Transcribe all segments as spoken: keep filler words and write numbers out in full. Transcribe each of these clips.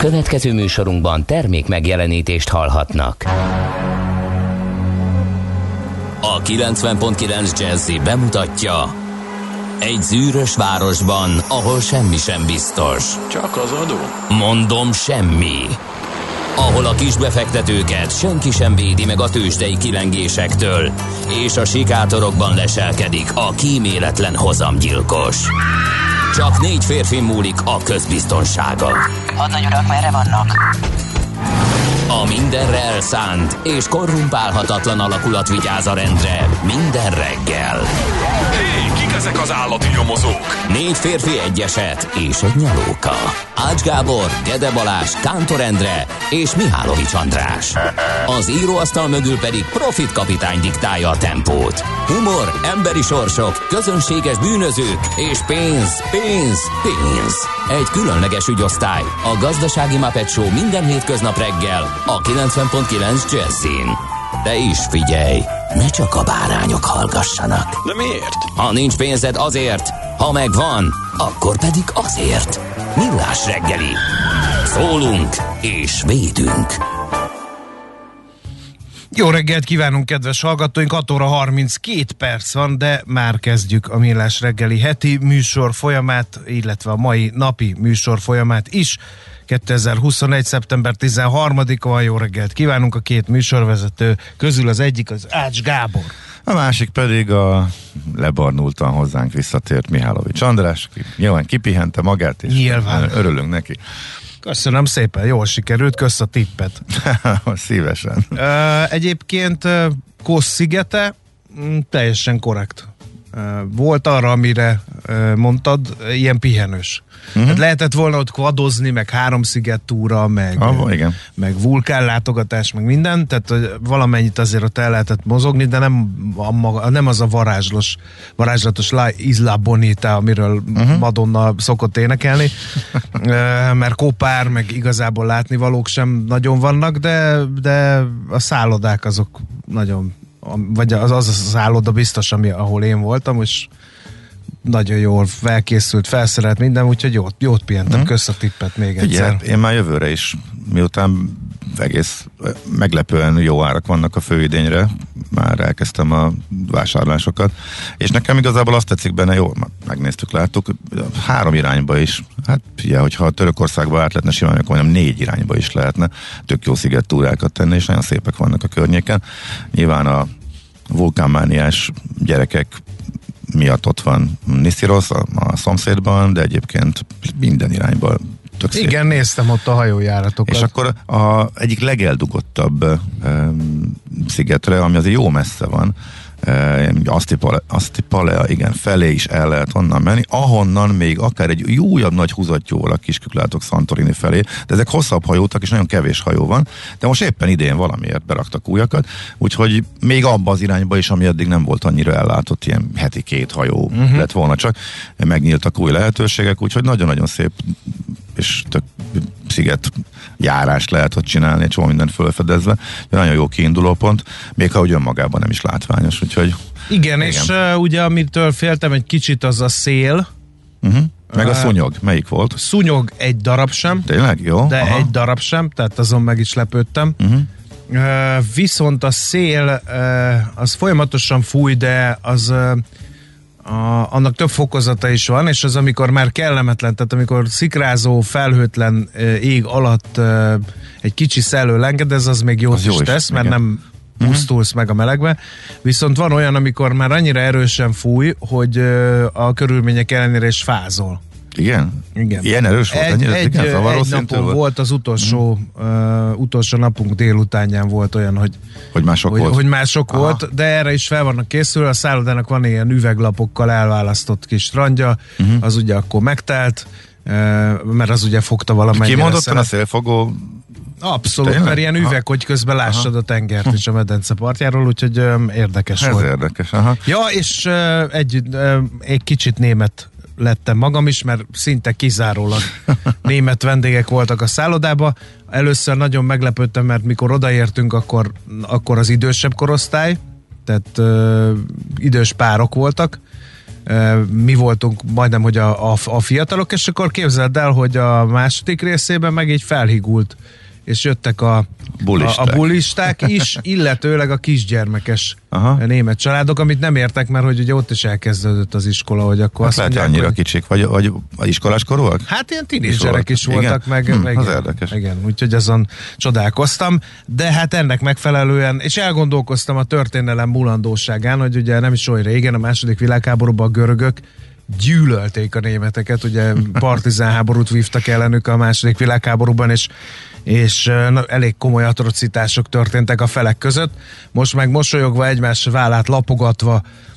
Következő műsorunkban termék megjelenítést hallhatnak. A kilencven pont kilenc Jazzy bemutatja: egy zűrös városban, ahol semmi sem biztos. Csak az adó? Mondom, semmi. Ahol a kisbefektetőket senki sem védi meg a tőzsdei kilengésektől, és a sikátorokban leselkedik a kíméletlen hozamgyilkos. Csak négy férfi múlik a közbiztonsága. Hadnagy urak, merre vannak? A mindenre elszánt és korrumpálhatatlan alakulat vigyáz a rendre minden reggel. Hé, kik ezek az állati nyomozók? Négy férfi, egy eset és egy nyalóka. Ács Gábor, Gede Balázs, Kántor Endre és Mihálovics András. Az íróasztal mögül pedig Profit kapitány diktálja a tempót. Humor, emberi sorsok, közönséges bűnözők és pénz, pénz, pénz. Egy különleges ügyosztály, a Gazdasági Muppet Show minden hétköznap reggel a kilencven pont kilenc Jazzyn. De is figyelj, ne csak a bárányok hallgassanak. De miért? Ha nincs pénzed, azért, ha megvan, akkor pedig azért. Millás reggeli. Szólunk és védünk. Jó reggelt kívánunk, kedves hallgatóink! hat óra harminckét perc van, de már kezdjük a Millás reggeli heti műsor folyamát, illetve a mai napi műsor folyamát is. kétezer-huszonegy. szeptember tizenharmadika van. Jó reggelt kívánunk! A két műsorvezető közül az egyik az Ács Gábor. A másik pedig a lebarnultan hozzánk visszatért Mihálovics András, ki nyilván kipihente magát, és nyilván örülünk neki. Köszönöm szépen, jól sikerült, kösz a tippet. Szívesen. Uh, egyébként uh, Kos szigete mm, teljesen korrekt. Uh, volt arra, amire uh, mondtad, ilyen pihenős. Uh-huh. Hát lehetett volna ott kvadozni, meg háromsziget túra, meg, ah, igen. meg vulkánlátogatás, meg minden, tehát uh, valamennyit azért ott el lehetett mozogni, de nem, a, nem az a varázslos, varázslatos La Isla Bonita, amiről uh-huh. Madonna szokott énekelni, uh, mert kopár, meg igazából látnivalók sem nagyon vannak, de, de a szállodák azok nagyon, vagy az az a szálloda biztos, ami, ahol én voltam, és nagyon jól felkészült, felszerelt minden, úgyhogy jót, jót pihentem. Hmm. Kösz a tippet még egyszer. Ugye, én már jövőre is, miután egész meglepően jó árak vannak a főidényre, már elkezdtem a vásárlásokat, és nekem igazából azt tetszik benne, jó, megnéztük, láttuk, három irányba is, hát ugye, hogyha Törökországba át lehetne simán, akkor mondjam, négy irányba is lehetne tök jó szigettúrákat tenni, és nagyon szépek vannak a környéken. Nyilván a vulkánmániás gyerekek miatt ott van Niszirosz a, a szomszédban, de egyébként minden irányban tök szép. Igen, néztem ott a hajójáratokat. És akkor a egyik legeldugottabb um, szigetre, ami azért jó messze van, Asztipalea, igen, felé is el lehet onnan menni, ahonnan még akár egy újabb nagy húzattyúval a kiskük látok Santorini felé, de ezek hosszabb hajótak, és nagyon kevés hajó van, de most éppen idén valamiért beraktak újakat, úgyhogy még abba az irányba is, ami eddig nem volt annyira ellátott, ilyen heti két hajó uh-huh. lett volna csak, megnyíltak új lehetőségek, úgyhogy nagyon-nagyon szép és tök sziget járást lehet ott csinálni, egy csomó mindent fölfedezve. Nagyon jó kiinduló pont, még ha úgy önmagában nem is látványos, úgyhogy... Igen, igen. És uh, ugye amitől féltem egy kicsit, az a szél. Uh-huh. Meg a szúnyog, melyik volt? Szúnyog egy darab sem. Tényleg? Jó. De aha. egy darab sem, tehát azon meg is lepődtem. Uh-huh. Uh, viszont a szél uh, az folyamatosan fúj, de az... Uh, A, annak több fokozata is van, és az amikor már kellemetlen, tehát amikor szikrázó, felhőtlen ég alatt egy kicsi szellő lengedez, az még jót az is jó tesz, is, mert igen. nem pusztulsz uh-huh. meg a melegbe. Viszont van olyan, amikor már annyira erősen fúj, hogy a körülmények ellenére is fázol. Igen? Igen. Ilyen erős volt? Egy, egy, egy, egy napon volt. volt az utolsó, uh-huh. uh, utolsó napunk délutánján volt olyan, hogy hogy mások hogy, volt, hogy mások volt, de erre is fel vannak készülve. A szállodának van ilyen üveglapokkal elválasztott kis strandja, uh-huh. az ugye akkor megtelt, uh, mert az ugye fogta valamennyire. Kimondottan a szélfogó? Abszolút, tényleg? Mert ilyen üveg, aha. hogy közben lássad aha. a tengert és a medence partjáról, úgyhogy um, érdekes Ez volt. Ez érdekes, aha. Ja, és uh, egy, uh, egy kicsit német lettem magam is, mert szinte kizárólag német vendégek voltak a szállodába. Először nagyon meglepődtem, mert mikor odaértünk, akkor, akkor az idősebb korosztály, tehát ö, idős párok voltak, mi voltunk majdnem, hogy a, a, a fiatalok, és akkor képzeld el, hogy a második részében meg így felhigult, és jöttek a bulisták, a, a bulisták is, illetőleg a kisgyermekes Aha. német családok, amit nem értek, mert hogy ugye ott is elkezdődött az iskola, hogy akkor hát azt lehet, mondják, annyira hogy... kicsik, vagy, vagy iskolás korúak? Hát ilyen tínédzserek is voltak, meg, hmm, meg az igen, érdekes. Igen, úgyhogy azon csodálkoztam, de hát ennek megfelelően, és elgondolkoztam a történelem mulandóságán, hogy ugye nem is olyan régen, a második világháborúban a görögök gyűlölték a németeket, ugye partizán háborút vívtak ellenük a második világháborúban, és, és na, elég komoly atrocitások történtek a felek között. Most meg mosolyogva, egymás vállát lapogatva,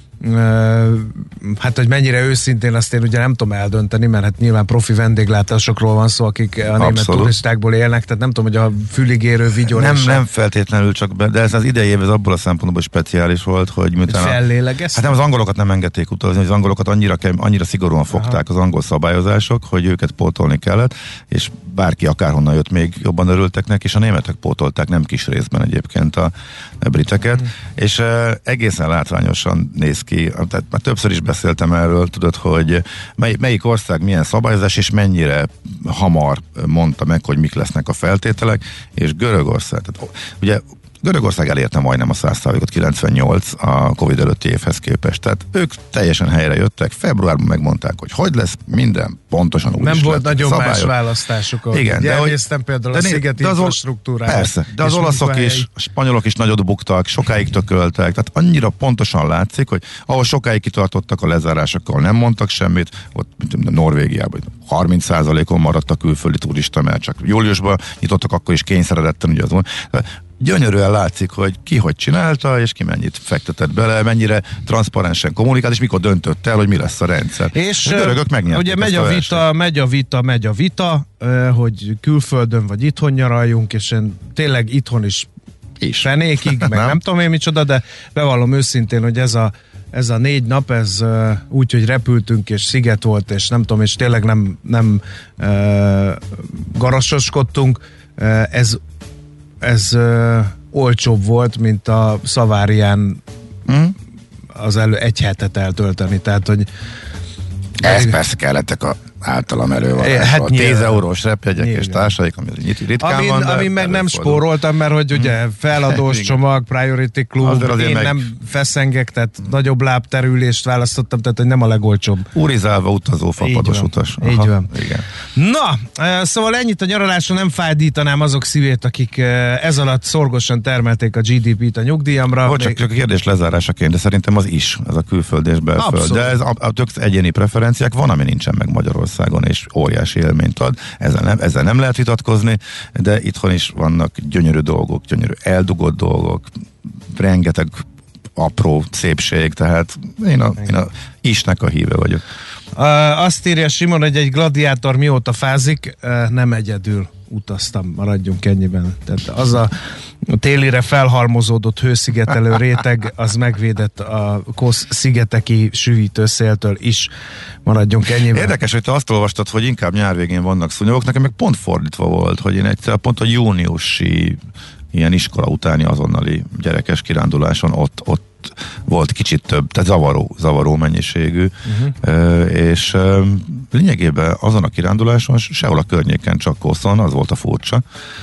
hát, hogy mennyire őszintén, azt én ugye nem tudom eldönteni, mert hát nyilván profi vendéglátásokról van szó, akik a német Abszolút. turistákból élnek, tehát nem tudom, hogy a füligérő vigyor. Nem, nem feltétlenül csak be, de ez az idei év ez abból a szempontból speciális volt, hogy miután fellélegeztem. Hát nem, az angolokat nem engedték utazni, az angolokat annyira, annyira szigorúan fogták Aha. az angol szabályozások, hogy őket pótolni kellett, és bárki akárhonnan jött, még jobban örültek neki, és a németek pótolták nem kis részben egyébként a, a briteket, mm. és uh, egészen látványosan néz ki, tehát már többször is beszéltem erről, tudod, hogy mely, melyik ország milyen szabályozás, és mennyire hamar mondta meg, hogy mik lesznek a feltételek, és Görögország, tehát ugye Görögország elérte majdnem a száz százalékot kilencvennyolc a Covid előtti évhez képest. Tehát ők teljesen helyre jöttek, februárban megmondták, hogy hogy lesz, minden pontosan úgy nem is volt lett, nagyon szabályok. Más választásuk. Igen, de elnéztem például de a szigeti infrastruktúrára. Persze, de az olaszok is, a spanyolok is nagyot buktak, sokáig tököltek, tehát annyira pontosan látszik, hogy ahol sokáig kitartottak a lezárásokkal, nem mondtak semmit, ott mint Norvégiában harminc százalékon maradt a külföldi turista, mert csak júliusban nyitottak, akkor is kényszeredetten, ugye az volt. Gyönyörűen látszik, hogy ki hogy csinálta, és ki mennyit fektetett bele, mennyire transzparensen kommunikált, és mikor döntött el, hogy mi lesz a rendszer. És a görögök megnyerték. Ugye megy a, a vita, megy a vita, megy a vita, hogy külföldön vagy itthon nyaraljunk, és én tényleg itthon is, is. fenékig, meg nem? nem tudom én micsoda, de bevallom őszintén, hogy ez a ez a négy nap, ez uh, úgy, hogy repültünk, és sziget volt, és nem tudom, és tényleg nem, nem uh, garasoskodtunk, uh, ez, ez uh, olcsóbb volt, mint a Szavárián mm. az elő egy hetet eltölteni, tehát, hogy ez meg... persze kellettek a általam elővalásban. Hát tíz eurós repjegyek és társaik, ami ritkán Amin, van, de amin meg nem spóroltam, mert hogy ugye feladós csomag, Priority Club, én meg... nem feszengek, tehát nagyobb lábterülést választottam, tehát hogy nem a legolcsóbb. Úrizálva utazó, fapados utas. Aha, így van. Igen. Na, szóval ennyit a nyaralásra, nem fájdítanám azok szívét, akik ez alatt szorgosan termelték a gé dé pét a nyugdíjamra. Hogy csak, csak a kérdés lezárásaként, de szerintem az is, ez a külföld és belföld. De ez a, a tök egyéni preferenciák, van, ami nincsen meg Magyarországon, és óriási élményt ad. Ezzel nem, ezzel nem lehet vitatkozni, de itthon is vannak gyönyörű dolgok, gyönyörű eldugott dolgok, rengeteg apró szépség, tehát én a, én a isnek a híve vagyok. Uh, azt írja Simon, hogy egy gladiátor mióta fázik, uh, nem egyedül utaztam, maradjunk ennyiben. Tehát az a télire felhalmozódott hőszigetelő réteg, az megvédett a Kosz szigeteki süvítőszéltől is, maradjunk ennyiben. Érdekes, hogy te azt olvastad, hogy inkább nyár végén vannak szúnyogok, nekem meg pont fordítva volt, hogy én egyszer pont a júniusi ilyen iskola utáni azonnali gyerekes kiránduláson ott, ott volt kicsit több, tehát zavaró, zavaró mennyiségű, uh-huh. és lényegében azon a kiránduláson sehol a környéken, csak Koszon, az volt a furcsa,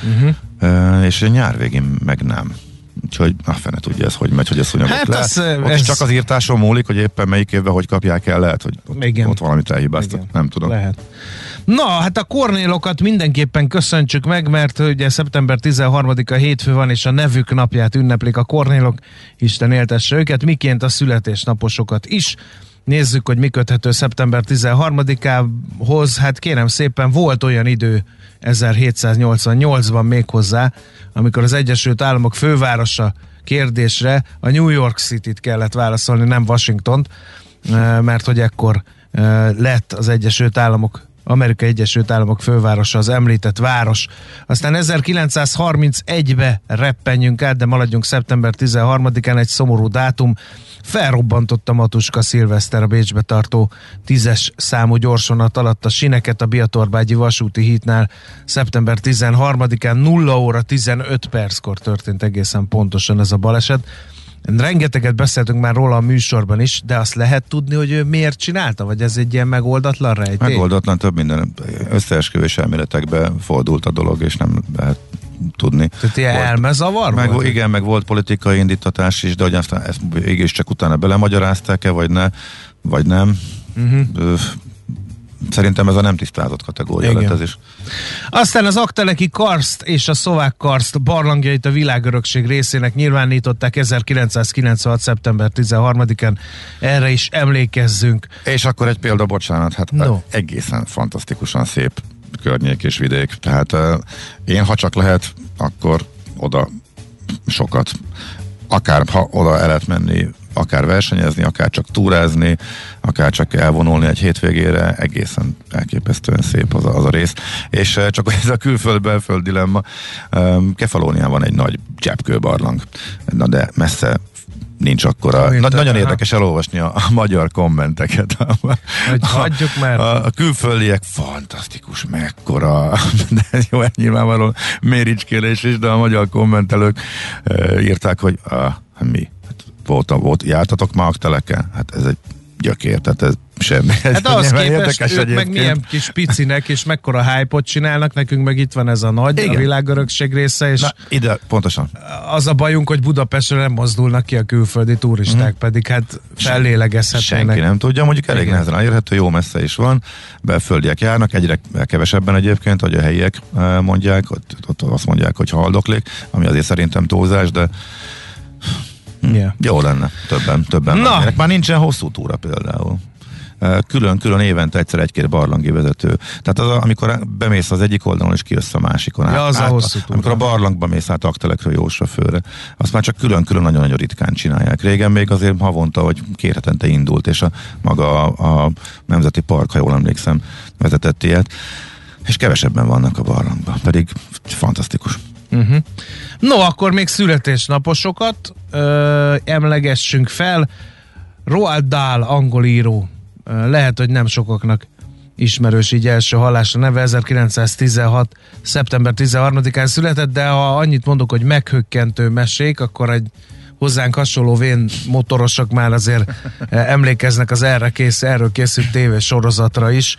uh-huh. és nyár végén meg nem. Úgyhogy a fene tudja ez, hogy megy, hogy a szúnyogot hát lehet. Ott ez... csak az írtáson múlik, hogy éppen melyik évben hogy kapják el, lehet, hogy ott, ott valamit elhibáztak, nem tudom. Lehet. Na, hát a Kornélokat mindenképpen köszöntsük meg, mert ugye szeptember tizenharmadika hétfő van, és a nevük napját ünneplik a Kornélok. Isten éltesse őket, miként a születésnaposokat is. Nézzük, hogy mi köthető szeptember tizenharmadikához. Hát kérem szépen, volt olyan idő ezerhétszáznyolcvannyolcban méghozzá, amikor az Egyesült Államok fővárosa kérdésre a New York City-t kellett válaszolni, nem Washingtont, mert hogy ekkor lett az Egyesült Államok Amerikai Egyesült Államok fővárosa, az említett város. Aztán ezerkilencszázharmincegybe reppenjünk át, de maradjunk szeptember tizenharmadikán, egy szomorú dátum. Felrobbantotta Matuska Szilveszter a Bécsbe tartó tízes számú gyorsvonat alatt a sineket a Biatorbágyi vasúti hídnál. Szeptember tizenharmadikán nulla óra tizenöt perckor történt egészen pontosan ez a baleset. Rengeteget beszéltünk már róla a műsorban is, de azt lehet tudni, hogy ő miért csinálta, vagy ez egy ilyen megoldatlan rejtély? Megoldatlan, több minden összeesküvés elméletekbe fordult a dolog, és nem lehet tudni. Tehát ilyen elmezavar meg, volt? Igen, meg volt politikai indítatás is, de hogy aztán ezt végig csak utána belemagyarázták-e, vagy ne, vagy nem. Uh-huh. Szerintem ez a nem tisztázott kategória igen. lett ez is. Aztán az Aggteleki karszt és a szlovák karszt barlangjait a világörökség részének nyilvánították ezerkilencszázkilencvenhat. szeptember tizenharmadikán. Erre is emlékezzünk. És akkor egy példa, bocsánat, hát no. egészen fantasztikusan szép környék és vidék. Tehát uh, én, ha csak lehet, akkor oda sokat. Akár ha oda el lehet menni, akár versenyezni, akár csak túrázni, akár csak elvonulni egy hétvégére, egészen elképesztően szép az a, az a rész. És uh, csak ez a külföld-belföld dilemma, um, Kefalónián van egy nagy cseppkőbarlang, na de messze nincs akkora. Na, nagyon érdekes elolvasni a, a magyar kommenteket. Hogy hagyjuk már. A, a külföldiek fantasztikus, mekkora. De jó, nyilvánvalóan méricskélés is, de a magyar kommentelők e, írták, hogy a, mi? Hát, volt, volt, jártatok már Aggteleken? Hát ez egy gyökér, tehát ez semmi. Hát ahhoz képest ők egyébként. Meg milyen kis picinek, és mekkora hype-ot csinálnak, nekünk meg itt van ez a nagy, igen. a világörökség része, és na, ide, pontosan. Az a bajunk, hogy Budapestre nem mozdulnak ki a külföldi turisták, mm. pedig hát fellélegezhetnének. Senki nem tudja, mondjuk elég nehezen elérhető, jó messze is van, belföldiek járnak, egyre kevesebben egyébként, hogy a helyiek mondják, ott, ott azt mondják, hogy haldoklik, ami azért szerintem túlzás, de yeah. jó lenne, többen, többen menjenek. Már nincsen hosszú túra például. Külön-külön évente egyszer egy-két barlangi vezető. Tehát az, amikor bemész az egyik oldalon, és kijössz a másikon. Ja, az át, a hosszú túra. amikor a barlangba mész át Aggtelekről Jósra-főre, azt már csak külön-külön nagyon-nagyon ritkán csinálják. Régen még azért havonta, hogy két hetente indult, és a maga a, a Nemzeti Park, ha jól emlékszem, vezetett ilyet. És kevesebben vannak a barlangban, pedig fantasztikus. Uh-huh. No, akkor még születésnaposokat ö, emlegessünk fel. Roald Dahl, angol író, ö, lehet, hogy nem sokaknak ismerős így első hallásra neve, ezerkilencszáztizenhat. szeptember tizenharmadikán született, de ha annyit mondok, hogy meghökkentő mesék, akkor egy hozzánk hasonló vén motorosok már azért emlékeznek az erre kész, erről készült tévésorozatra is,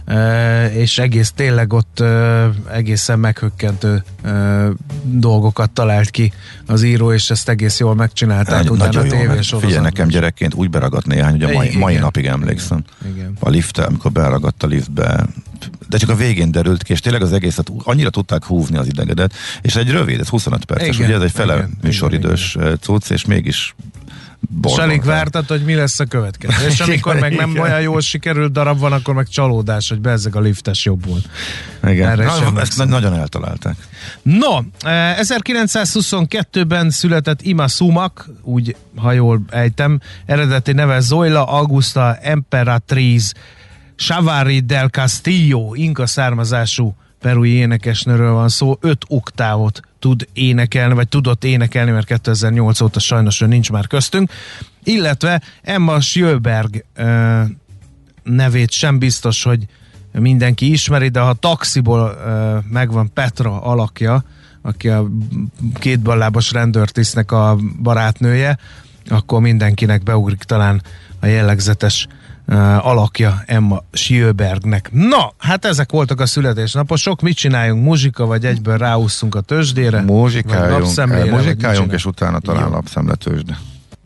és egész tényleg ott egészen meghökkentő dolgokat talált ki az író, és ezt egész jól megcsinálták utána a tévésorozatban. Figyelj, nekem gyerekként úgy beragadt néhány, ugye mai, mai napig emlékszem. Igen. A lifttel, amikor beragadt a liftbe, de csak a végén derült ki, és tényleg az egészet annyira tudták húzni az idegedet, és egy rövid, ez huszonöt perces, igen, ugye ez egy fele igen, műsoridős igen, cucc, és mégis és alig vártad, hogy mi lesz a következő. És amikor meg nem olyan jól sikerült darab van, akkor meg csalódás, hogy bezzeg a liftes jobb volt. Igen, na, ezt na- nagyon eltalálták. No, ezerkilencszázhuszonkettőben született Ima Sumak, úgy, ha jól ejtem, eredeti neve Zoila Augusta Emperatriz Chavarri del Castillo, inka származású perui énekesnőről van szó, öt oktávot tud énekelni, vagy tudott énekelni, mert kétezer-nyolc óta sajnos ő nincs már köztünk, illetve Emma Sjöberg uh, nevét sem biztos, hogy mindenki ismeri, de ha Taxiból uh, megvan Petra alakja, aki a kétballábos rendőrtisztnek a barátnője, akkor mindenkinek beugrik talán a jellegzetes Uh, alakja Emma Sjöbergnek. Na, hát ezek voltak a születésnaposok. Mit csináljunk? Muzsika, vagy egyből ráúszunk a tőzsdére? Muzsikáljunk, muzsikáljunk és utána talán lapszemle tőzsde.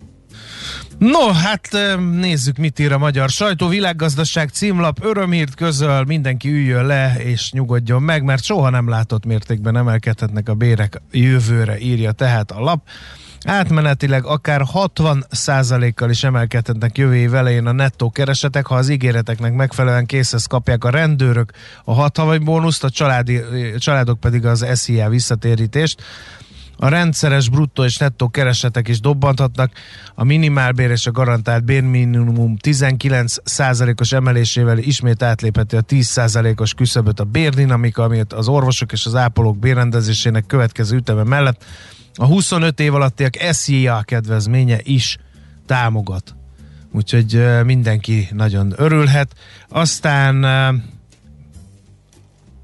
No, hát nézzük, mit ír a magyar sajtó. Világgazdaság címlap, örömhírt közöl, mindenki üljön le és nyugodjon meg, mert soha nem látott mértékben emelkedhetnek a bérek jövőre, írja tehát a lap. Átmenetileg akár hatvan százalékkal is emelkedhetnek jövő év elején a nettó keresetek, ha az ígéreteknek megfelelően készhez kapják a rendőrök a hat havi bónuszt, a családi, családok pedig az es i á visszatérítést. A rendszeres bruttó és nettó keresetek is dobbanthatnak. A minimálbér és a garantált bérminimum tizenkilenc százalékos emelésével ismét átlépheti a tíz százalékos küszöböt a bérdinamika, amit az orvosok és az ápolók bérrendezésének következő üteme mellett a huszonöt év alattiak es i á kedvezménye is támogat. Úgyhogy mindenki nagyon örülhet. Aztán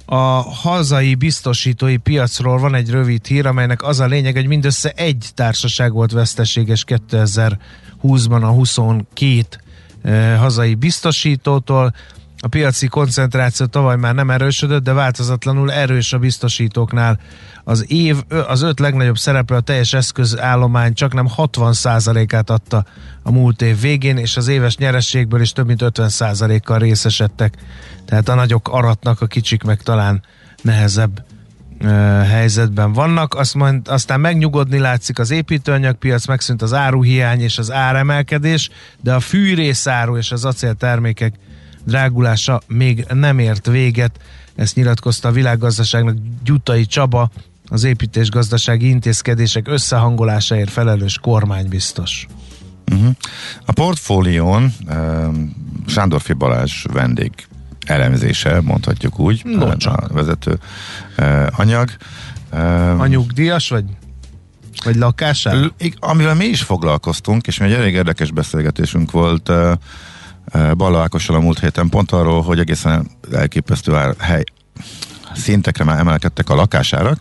A hazai biztosítói piacról van egy rövid hír, amelynek az a lényeg, hogy mindössze egy társaság volt veszteséges kétezer-húszban a huszonkét eh, hazai biztosítótól. A piaci koncentráció tavaly már nem erősödött, de változatlanul erős a biztosítóknál. Az év, az öt legnagyobb szereplő a teljes eszközállomány csaknem hatvan százalékát adta a múlt év végén, és az éves nyerességből is több mint ötven százalékkal részesedtek. Tehát a nagyok aratnak, a kicsik meg talán nehezebb uh, helyzetben vannak. Azt mond, aztán megnyugodni látszik az építőanyagpiac, megszűnt az áruhiány és az áremelkedés, de a fűrészáru és az acéltermékek drágulása még nem ért véget. Ezt nyilatkozta a Világgazdaságnak Gyutai Csaba, az építésgazdasági intézkedések összehangolásáért felelős kormánybiztos. Uh-huh. A portfólión um, Sándorfi Balázs vendég elemzése, mondhatjuk úgy, no, a vezető uh, anyag. Um, a nyugdíjas vagy? Vagy lakásár? Amivel mi is foglalkoztunk, és mi egy elég érdekes beszélgetésünk volt uh, Balla Ákossal a múlt héten pont arról, hogy egészen elképesztő ár, hely, szintekre már emelkedtek a lakásárak,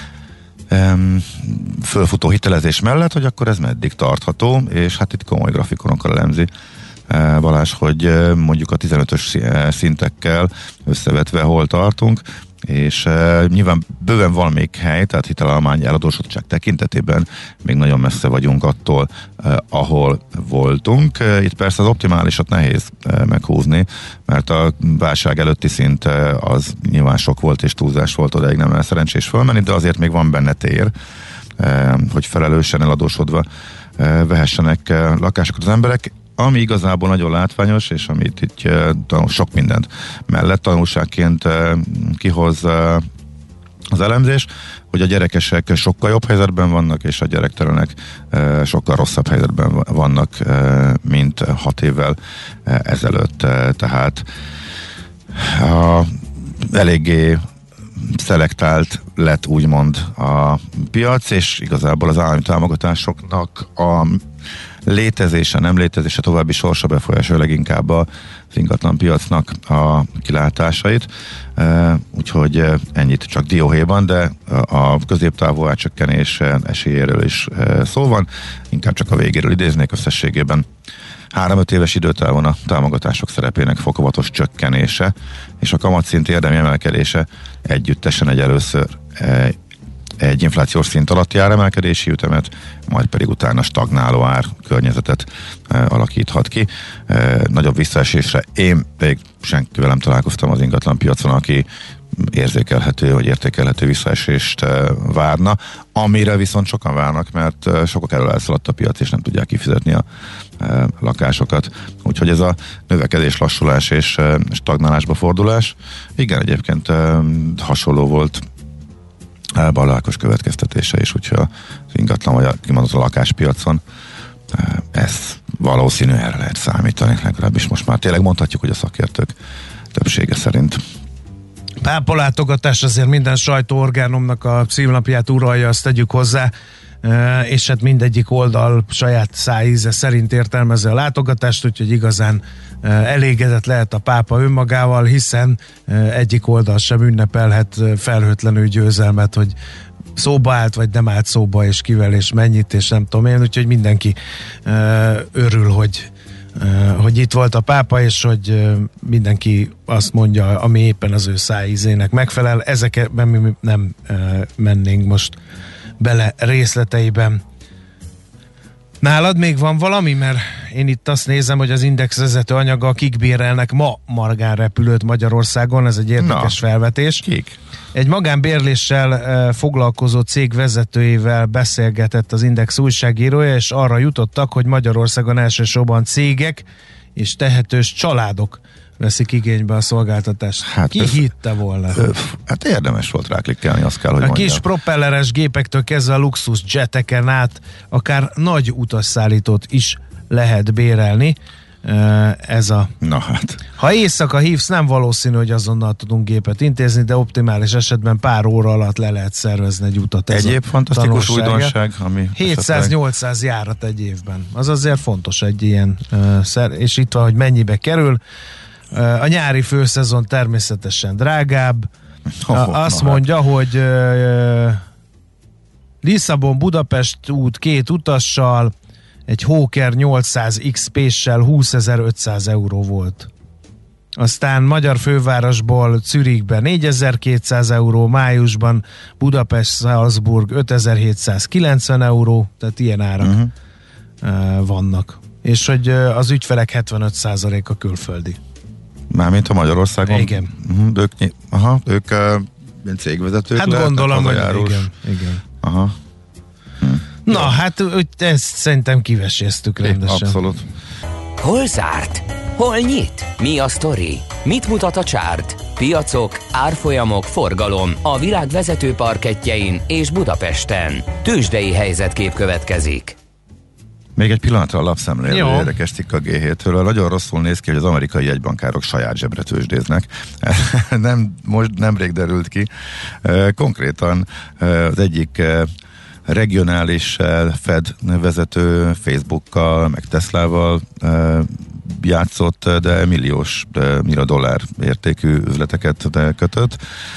um, fölfutó hitelezés mellett, hogy akkor ez meddig tartható, és hát itt komoly grafikonokkal elemzi uh, Balázs, hogy uh, mondjuk a tizenötös szintekkel összevetve hol tartunk, és uh, nyilván bőven van még hely, tehát hitelállomány eladósodottság tekintetében még nagyon messze vagyunk attól, uh, ahol voltunk. Uh, itt persze az optimálisat nehéz uh, meghúzni, mert a válság előtti szint uh, az nyilván sok volt és túlzás volt, odaig nem el szerencsés fölmenni, de azért még van benne tér, uh, hogy felelősen eladósodva uh, vehessenek uh, lakásokat az emberek. Ami igazából nagyon látványos, és amit itt uh, sok mindent mellett tanulságként uh, kihoz uh, az elemzés, hogy a gyerekesek sokkal jobb helyzetben vannak, és a gyerektelenek uh, sokkal rosszabb helyzetben vannak, uh, mint hat évvel uh, ezelőtt. Uh, tehát uh, eléggé szelektált lett úgymond a piac, és igazából az állami támogatásoknak a létezése, nem létezése, további sorsa befolyásolja leginkább az ingatlan piacnak a kilátásait. Úgyhogy ennyit csak dióhéjban, de a középtávú árcsökkenés esélyéről is szó van. Inkább csak a végéről idéznék összességében. Három-öt éves időtávon a támogatások szerepének fokozatos csökkenése és a kamatszint érdemi emelkedése együttesen egy először egy inflációs szint alatti áremelkedési ütemet, majd pedig utána stagnáló ár környezetet e, alakíthat ki. E, nagyobb visszaesésre én még senkivel nem találkoztam az ingatlan piacon, aki érzékelhető vagy értékelhető visszaesést e, várna, amire viszont sokan várnak, mert e, sokak elől elszaladt a piac, és nem tudják kifizetni a e, lakásokat. Úgyhogy ez a növekedés, lassulás és e, stagnálásba fordulás. Igen, egyébként e, hasonló volt Balla Ákos következtetése is, úgyhogy az ingatlan vagy a kimondott a lakáspiacon ez valószínű, erre lehet számítani, legalábbis most már tényleg mondhatjuk, hogy a szakértők többsége szerint. Pápalátogatás azért minden sajtóorgánumnak a címlapját uralja, azt tegyük hozzá, és hát mindegyik oldal saját szájíze szerint értelmezi a látogatást, úgyhogy igazán elégedett lehet a pápa önmagával, hiszen egyik oldal sem ünnepelhet felhőtlenül győzelmet, hogy szóba állt, vagy nem állt szóba, és kivel, és mennyit, és nem tudom én, úgyhogy mindenki örül, hogy hogy itt volt a pápa, és hogy mindenki azt mondja, ami éppen az ő szájízének megfelel. Ezekben mi nem mennénk most bele részleteiben. Nálad még van valami? Mert én itt azt nézem, hogy az Index vezető anyaga, kik bérelnek ma magánrepülőt Magyarországon, ez egy érdekes Na, felvetés. Kik? Egy magánbérléssel e, foglalkozó cég vezetőjével beszélgetett az Index újságírója, és arra jutottak, hogy Magyarországon elsősorban cégek és tehetős családok veszik igénybe a szolgáltatást. Hát Ki ez, hitte volna? Öf, hát érdemes volt ráklikkelni, azt kell, hogy A mondjam. kis propelleres gépektől kezdve a luxus jeteken át akár nagy utasszállítót is lehet bérelni. Ez a... Na hát. Ha éjszaka hívsz, nem valószínű, hogy azonnal tudunk gépet intézni, de optimális esetben pár óra alatt le lehet szervezni egy utat. Ez Egyéb fantasztikus újdonság, ami... hétszáz-nyolcszáz járat egy évben. Az azért fontos egy ilyen, és itt van, hogy mennyibe kerül. A nyári főszezon természetesen drágább, Oh, azt mondja, hát. hogy uh, Lisszabon-Budapest út két utassal, egy Hawker nyolcszáz iksz Pace-sel húszezer-ötszáz euró volt. Aztán magyar fővárosból Zürichbe négyezer-kétszáz euró, májusban Budapest-Salzburg ötezer-hétszázkilencven euró, tehát ilyen árak uh-huh. uh, vannak. És hogy uh, az ügyfelek hetvenöt százaléka külföldi. Mármint a Magyarországon? Igen. Uh-huh, ők, aha, ők uh, cégvezetők hát lehetnek, gondolom, hogy igen, igen. Aha. Hm. Na, ja. hát ezt szerintem kiveséztük rendesen. Abszolút. Hol zárt? Hol nyit? Mi a sztori? Mit mutat a csárt? Piacok, árfolyamok, forgalom a világ vezető parkettjein és Budapesten. Tőzsdei helyzetkép következik. Még egy pillanatra a lapszemlélő érdekes cikk a gé hétről. Nagyon rosszul néz ki, hogy az amerikai jegybankárok saját zsebre tőzsdéznek. nem, most nemrég derült ki. Konkrétan az egyik regionális Fed vezető Facebookkal, meg Teslával játszott, de milliós, de millió dollár értékű üzleteket kötött.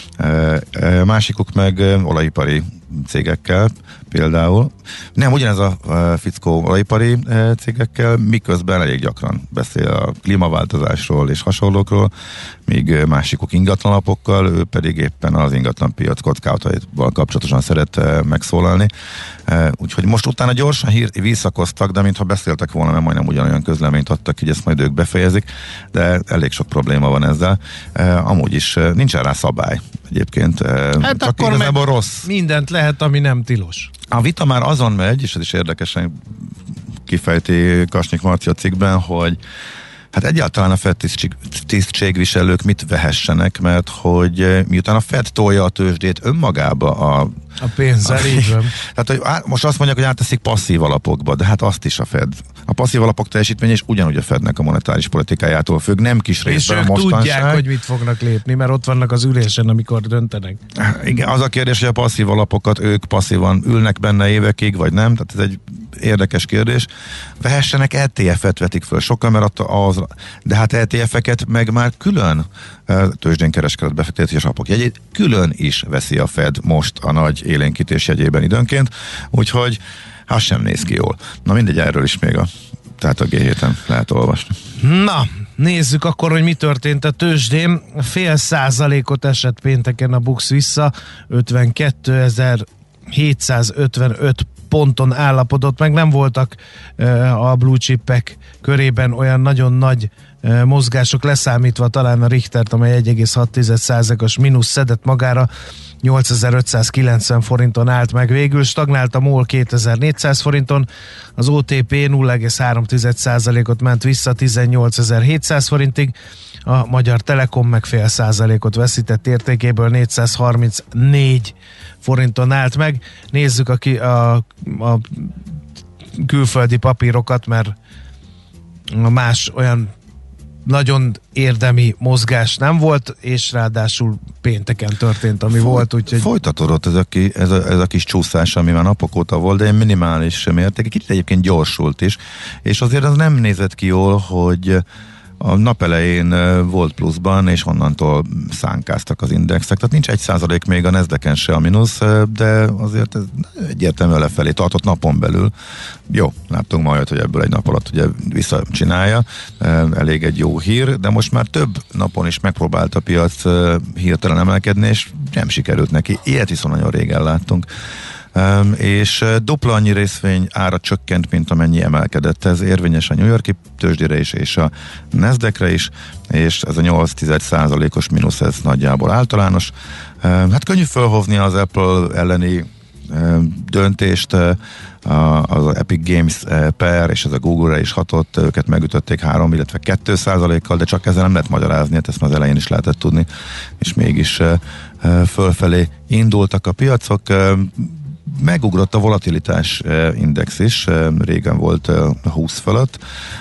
Másikuk meg olajipari cégekkel például. Nem, ugyanez a fickó olajipari cégekkel, miközben elég gyakran beszél a klímaváltozásról és hasonlókról, míg másikuk ingatlanapokkal, ő pedig éppen az ingatlanpiac kockázataival kapcsolatosan szeret megszólalni. Úgyhogy most utána gyorsan hír, visszakoztak, de mintha beszéltek volna, mert majdnem ugyanolyan közleményt adtak, hogy ezt majd ők befejezik, de elég sok probléma van ezzel. Amúgy is nincsen rá szabály egyébként. Hát csak akkor meg rossz. Mindent lehet, ami nem tilos. A vita már azon megy, és ez is érdekesen kifejti Kasnyik Marci a cikkben, hogy hát egyáltalán a Fed tisztség, tisztségviselők mit vehessenek, mert hogy miután a Fed tolja a tőzsdét önmagába a a pénzzel, így van. Tehát, hogy á, most azt mondják, hogy átteszik passzív alapokba, de hát azt is a Fed. A passzív alapok teljesítmény és ugyanúgy a Fednek a monetáris politikájától függ, nem kis részben és a mostanság. És ők tudják, hogy mit fognak lépni, mert ott vannak az ülésen, amikor döntenek. Igen, az a kérdés, hogy a passzív alapokat ők passzívan ülnek benne évekig, vagy nem, tehát ez egy érdekes kérdés. Vehessenek é té ef-et, vetik föl sokan, mert az, de hát é té ef-eket meg már külön tőzsdén kereskedett befektetési alapok jegyét külön is veszi a Fed most a nagy élénkítés jegyében időnként, úgyhogy az sem néz ki jól. Na mindegy, erről is még a, tehát a gé héten lehet olvasni. Na, nézzük akkor, hogy mi történt a tőzsdén. Fél százalékot esett pénteken a BUX vissza, ötvenkétezer-hétszázötvenöt ponton állapodott meg, nem voltak uh, a blue chipek körében olyan nagyon nagy uh, mozgások, leszámítva talán a Richtert, amely egy egész hat százalékos mínusz szedett magára, nyolcezer-ötszázkilencven forinton állt meg végül, stagnált a MOL kétezer-négyszáz forinton, az o té pé nulla egész három százalékot ment vissza tizennyolcezer-hétszáz forintig, a Magyar Telekom meg fél százalékot veszített értékéből négyszázharmincnégy forinton állt meg. Nézzük a, ki, a, a külföldi papírokat, mert más olyan nagyon érdemi mozgás nem volt, és ráadásul pénteken történt, ami Foly, volt, úgyhogy... Folytatódott ez a, ki, ez, a, ez a kis csúszás, ami már napok óta volt, de egy minimális mérték, kicsit egyébként gyorsult is, és azért az nem nézett ki jól, hogy a nap elején volt pluszban, és onnantól szánkáztak az indexek, tehát nincs egy százalék még a Nasdaqen se a mínusz, de azért ez egyértelműen lefelé tartott napon belül. Jó, láttunk majd, hogy ebből egy nap alatt ugye visszacsinálja, elég egy jó hír, de most már több napon is megpróbált a piac hirtelen emelkedni, és nem sikerült neki. Ilyet viszont nagyon régen láttunk. Um, és dupla annyi részvény ára csökkent, mint amennyi emelkedett. Ez érvényes a New York-i tőzsdére is, és a Nasdaqre is, és ez a nyolc százalékos mínusz, ez nagyjából általános. Um, hát könnyű felhozni az Apple elleni um, döntést, uh, az Epic Games uh, per, és ez a Google-re is hatott, őket megütötték három, illetve kettő százalékkal, de csak ezzel nem lehet magyarázni, hát ezt már az elején is lehetett tudni, és mégis uh, uh, fölfelé indultak a piacok. Uh, Megugrott a volatilitás index is, régen volt húsz fölött,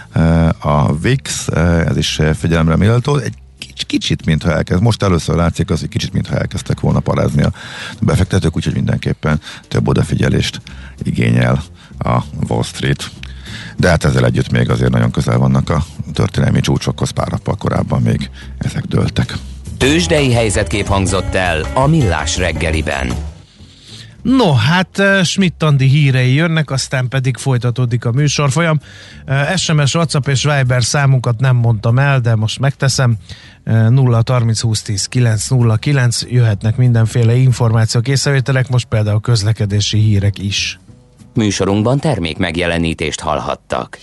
a vé i iksz, ez is figyelemre méltó, egy kicsit, mintha elkezd, most először látszik az, hogy kicsit, mintha elkezdtek volna parázni a befektetők, úgyhogy mindenképpen több odafigyelést igényel a Wall Street. De hát ezzel együtt még azért nagyon közel vannak a történelmi csúcsokhoz, pár nappal korábban még ezek dőltek. Tőzsdei helyzetkép hangzott el a Millás reggeliben. No, hát Schmidt-Andi hírei jönnek, aztán pedig folytatódik a műsorfolyam. es em es, WhatsApp és Viber számunkat nem mondtam el, de most megteszem. nulla harminc húsz tíz kilenc nulla kilenc, jöhetnek mindenféle információk, észrevételek, most például közlekedési hírek is. Műsorunkban termék megjelenítést hallhattak.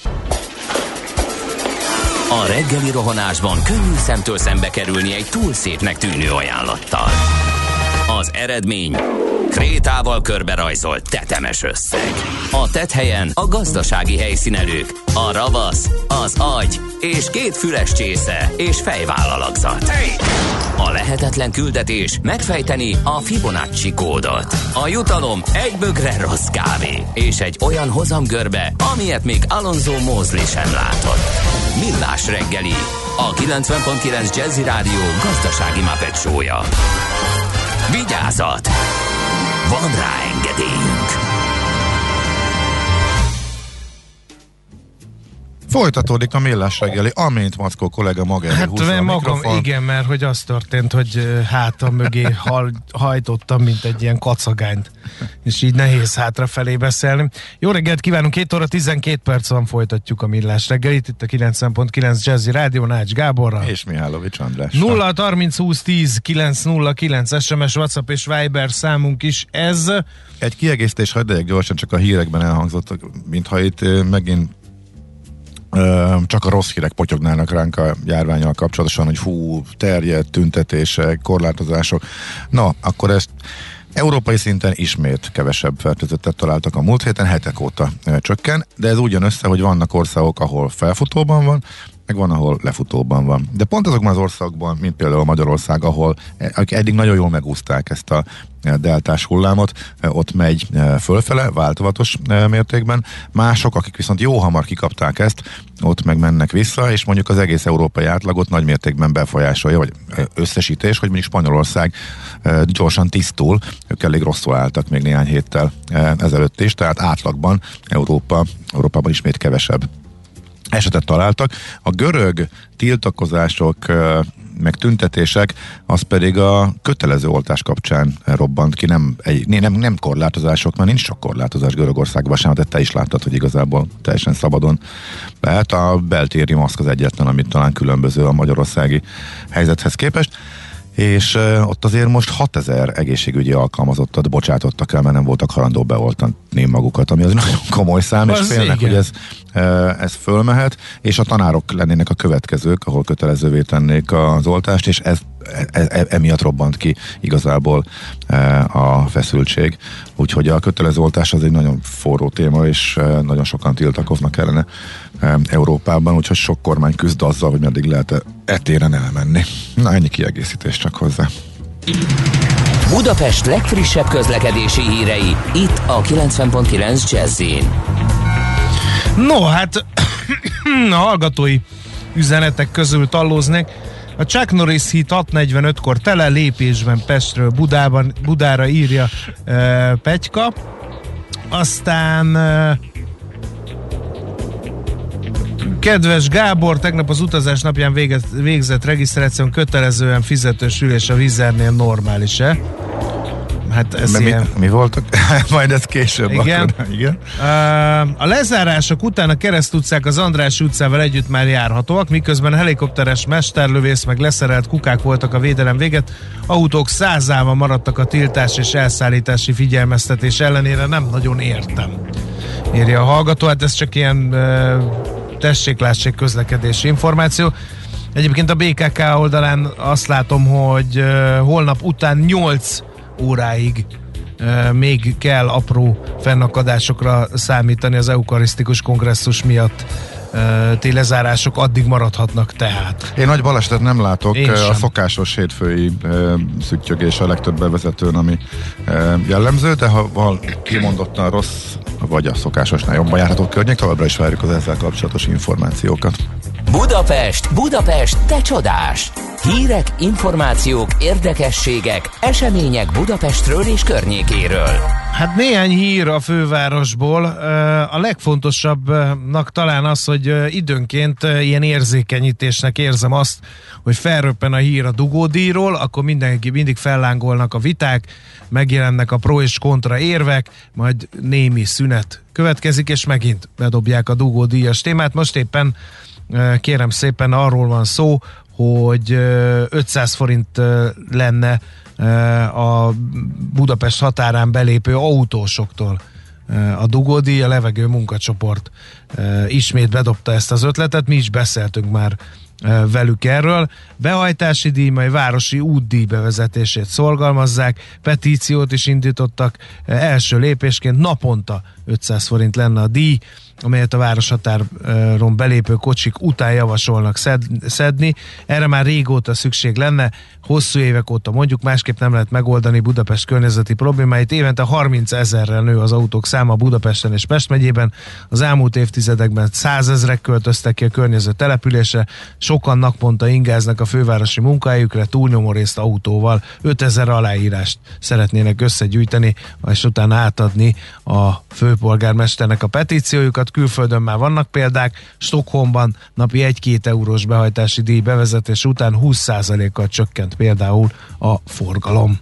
A reggeli rohanásban könnyű szemtől szembe kerülni egy túl szépnek tűnő ajánlattal. Az eredmény krétával körberajzolt tetemes összeg. A tetthelyen a gazdasági helyszínelők, a ravasz, az agy és két füles csésze és fejvállalakzat. A lehetetlen küldetés megfejteni a Fibonacci kódot. A jutalom egy bögre rossz kávé és egy olyan hozamgörbe, amilyet még Alonso Mosley sem látott. Millás reggeli, a kilencven pont kilenc Jazzy Rádió gazdasági Muppet show-ja. Vigyázat! Van rá engedélyünk! Folytatódik a Millás reggeli, amint Mackó kollega magára hát húzza a magam, mikrofon. igen, mert hogy az történt, hogy hátam mögé hal, hajtottam, mint egy ilyen kacagányt, és így nehéz hátrafelé beszélni. Jó reggelt kívánunk, két óra tizenkét perc van, folytatjuk a Millás reggelit, itt a kilencven pont kilenc Jazzy Rádió, Nács Gáborral. És Mihálovics András. nulla harminc húsz tíz kilenc nulla kilenc es em es, WhatsApp és Viber számunk is ez. Egy kiegészítés, hagyd legyek gyorsan, csak a hírekben elhangzottak, mintha itt uh, megint uh, csak a rossz hírek potyognának ránk a járvánnyal kapcsolatosan, hogy hú, terjed, tüntetések, korlátozások. Na, akkor ezt európai szinten ismét kevesebb fertőzöttet találtak a múlt héten, hetek óta uh, csökken, de ez úgy jön össze, hogy vannak országok, ahol felfutóban van, meg van, ahol lefutóban van. De pont azokban az országokban, mint például Magyarország, ahol akik eddig nagyon jól megúszták ezt a deltás hullámot, ott megy fölfele, változatos mértékben. Mások, akik viszont jó hamar kikapták ezt, ott meg mennek vissza, és mondjuk az egész európai átlagot nagy mértékben befolyásolja, vagy összesítés, hogy mondjuk Spanyolország gyorsan tisztul, ők elég rosszul álltak még néhány héttel ezelőtt is, tehát átlagban Európa, Európában ismét kevesebb esetet találtak. A görög tiltakozások meg tüntetések, az pedig a kötelező oltás kapcsán robbant ki, nem, egy, nem, nem korlátozások, mert nincs sok korlátozás Görögországban sem, de te is láttad, hogy igazából teljesen szabadon lehet. A beltéri maszk az egyetlen, amit talán különböző a magyarországi helyzethez képest, és uh, ott azért most hatezer egészségügyi alkalmazottat bocsátottak el, mert nem voltak hajlandó beoltani magukat, ami az nagyon komoly szám, és félnek, hogy ez, uh, ez fölmehet, és a tanárok lennének a következők, ahol kötelezővé tennék az oltást, és ez e, e, emiatt robbant ki igazából uh, a feszültség. Úgyhogy a kötelező oltás az egy nagyon forró téma, és uh, nagyon sokan tiltakoznak ellene uh, Európában, úgyhogy sok kormány küzd azzal, hogy meddig lehet etéren elmenni. Na, ennyi kiegészítés csak hozzá. Budapest legfrissebb közlekedési hírei, itt a kilencven pont kilenc Jazzyn. No, hát a hallgatói üzenetek közül tallóznék. A Chuck Norris híd hat negyvenötkor tele, lépésben Pestről Budában, Budára, írja uh, Petyka. Aztán uh, kedves Gábor, tegnap az utazás napján véget, végzett regisztráción kötelezően fizetős ülés a Vizernél normális-e? Hát ez mi, ilyen... mi voltak? Majd ez később. Igen. Akkor, igen. A lezárások után a Kereszt utcák az András utcával együtt már járhatóak, miközben helikopteres mesterlövész meg leszerelt kukák voltak a védelem véget. Autók százával maradtak a tiltás és elszállítási figyelmeztetés ellenére, nem nagyon értem, írja a hallgató. Hát ez csak ilyen tessék-lássék közlekedési információ. Egyébként a bé ká ká oldalán azt látom, hogy holnap után nyolc óráig uh, még kell apró fennakadásokra számítani az eukarisztikus kongresszus miatt. Uh, ti lezárások addig maradhatnak tehát. Én nagy balesetet nem látok, Én a sem. szokásos hétfői uh, szüttyögés a legtöbb bevezetőn, ami uh, jellemző, de ha val kimondottan rossz, vagy a szokásosnál jobban járható környék, továbbra is várjuk az ezzel kapcsolatos információkat. Budapest, Budapest, te csodás! Hírek, információk, érdekességek, események Budapestről és környékéről. Hát néhány hír a fővárosból. A legfontosabbnak talán az, hogy időnként ilyen érzékenyítésnek érzem azt, hogy felröppen a hír a dugódíjról, akkor mindenki mindig fellángolnak a viták, megjelennek a pro és kontra érvek, majd némi szünet következik, és megint bedobják a dugódíjas témát. Most éppen kérem szépen arról van szó, hogy ötszáz forint lenne a Budapest határán belépő autósoktól a dugódíj. A levegő munkacsoport ismét bedobta ezt az ötletet, mi is beszéltünk már velük erről. Behajtási díj, majd városi útdíj bevezetését szorgalmazzák, petíciót is indítottak, első lépésként naponta ötszáz forint lenne a díj, amelyet a városhatáron belépő kocsik után javasolnak szed, szedni. Erre már régóta szükség lenne, hosszú évek óta mondjuk, másképp nem lehet megoldani Budapest környezeti problémáit. Évente harminc ezerrel nő az autók száma Budapesten és Pest megyében. Az elmúlt évtizedekben százezrek költöztek ki a környező településre, sokan naponta ingáznak a fővárosi munkahelyükre, túlnyomó részt autóval. ötezer aláírást szeretnének összegyűjteni, és utána átadni a főpolgármesternek a petíciójukat. Külföldön már vannak példák, Stockholmban napi egy-két eurós behajtási díj bevezetés után húsz százalékkal csökkent például a forgalom.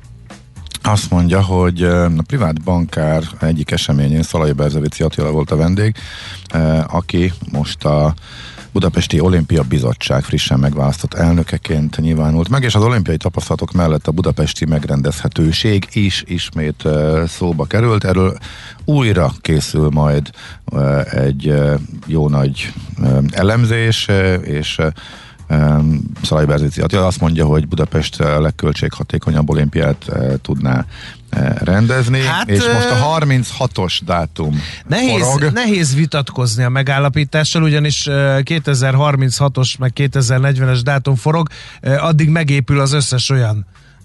Azt mondja, hogy a privát bankár egyik eseményén Szalai Berzevici Attila volt a vendég, aki most a Budapesti Olimpia Bizottság frissen megválasztott elnökeként nyilvánult meg, és az olimpiai tapasztalatok mellett a budapesti megrendezhetőség is ismét szóba került. Erről újra készül majd egy jó nagy elemzés, és Szalai Berzevici Attila azt mondja, hogy Budapest a legköltséghatékonyabb olimpiát tudná rendezni, hát, és most a harminchatos dátum nehéz, forog. Nehéz vitatkozni a megállapítással, ugyanis kétezer-harminchatos meg kétezer-negyvenes dátum forog, addig megépül az összes olyan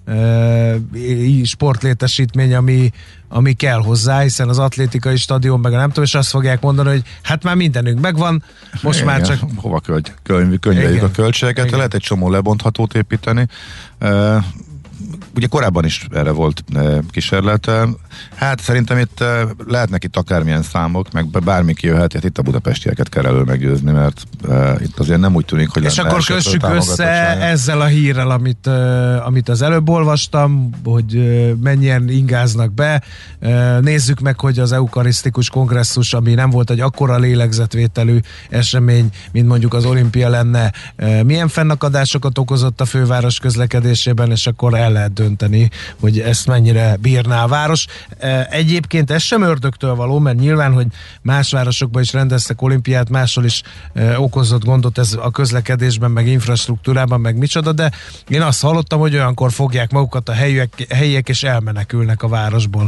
sportlétesítmény, ami, ami kell hozzá, hiszen az atlétikai stadion meg a nem tudom, és azt fogják mondani, hogy hát már mindenünk megvan, most igen, már csak... Hova könyv, könyv, könyveljük a költségeket, igen. Lehet egy csomó lebonthatót építeni. Uh, ugye korábban is erre volt uh, kísérlet. Hát szerintem itt uh, lehetnek itt akármilyen számok, meg bármi kijöhet, hát itt a budapestieket kell elő meggyőzni, mert uh, itt azért nem úgy tűnik, hogy... És akkor kössük össze ezzel a hírrel, amit, uh, amit az előbb olvastam, hogy uh, mennyien ingáznak be. Uh, nézzük meg, hogy az eukarisztikus kongresszus, ami nem volt egy akkora lélegzetvételű esemény, mint mondjuk az olimpia lenne, uh, milyen fennakadásokat okozott a főváros közlekedésében, és akkor el lehet dönteni, hogy ezt mennyire bírná a város. Egyébként ez sem ördögtől való, mert nyilván, hogy más városokban is rendeztek olimpiát, máshol is okozott gondot ez a közlekedésben, meg infrastruktúrában, meg micsoda, de én azt hallottam, hogy olyankor fogják magukat a helyiek, helyiek és elmenekülnek a városból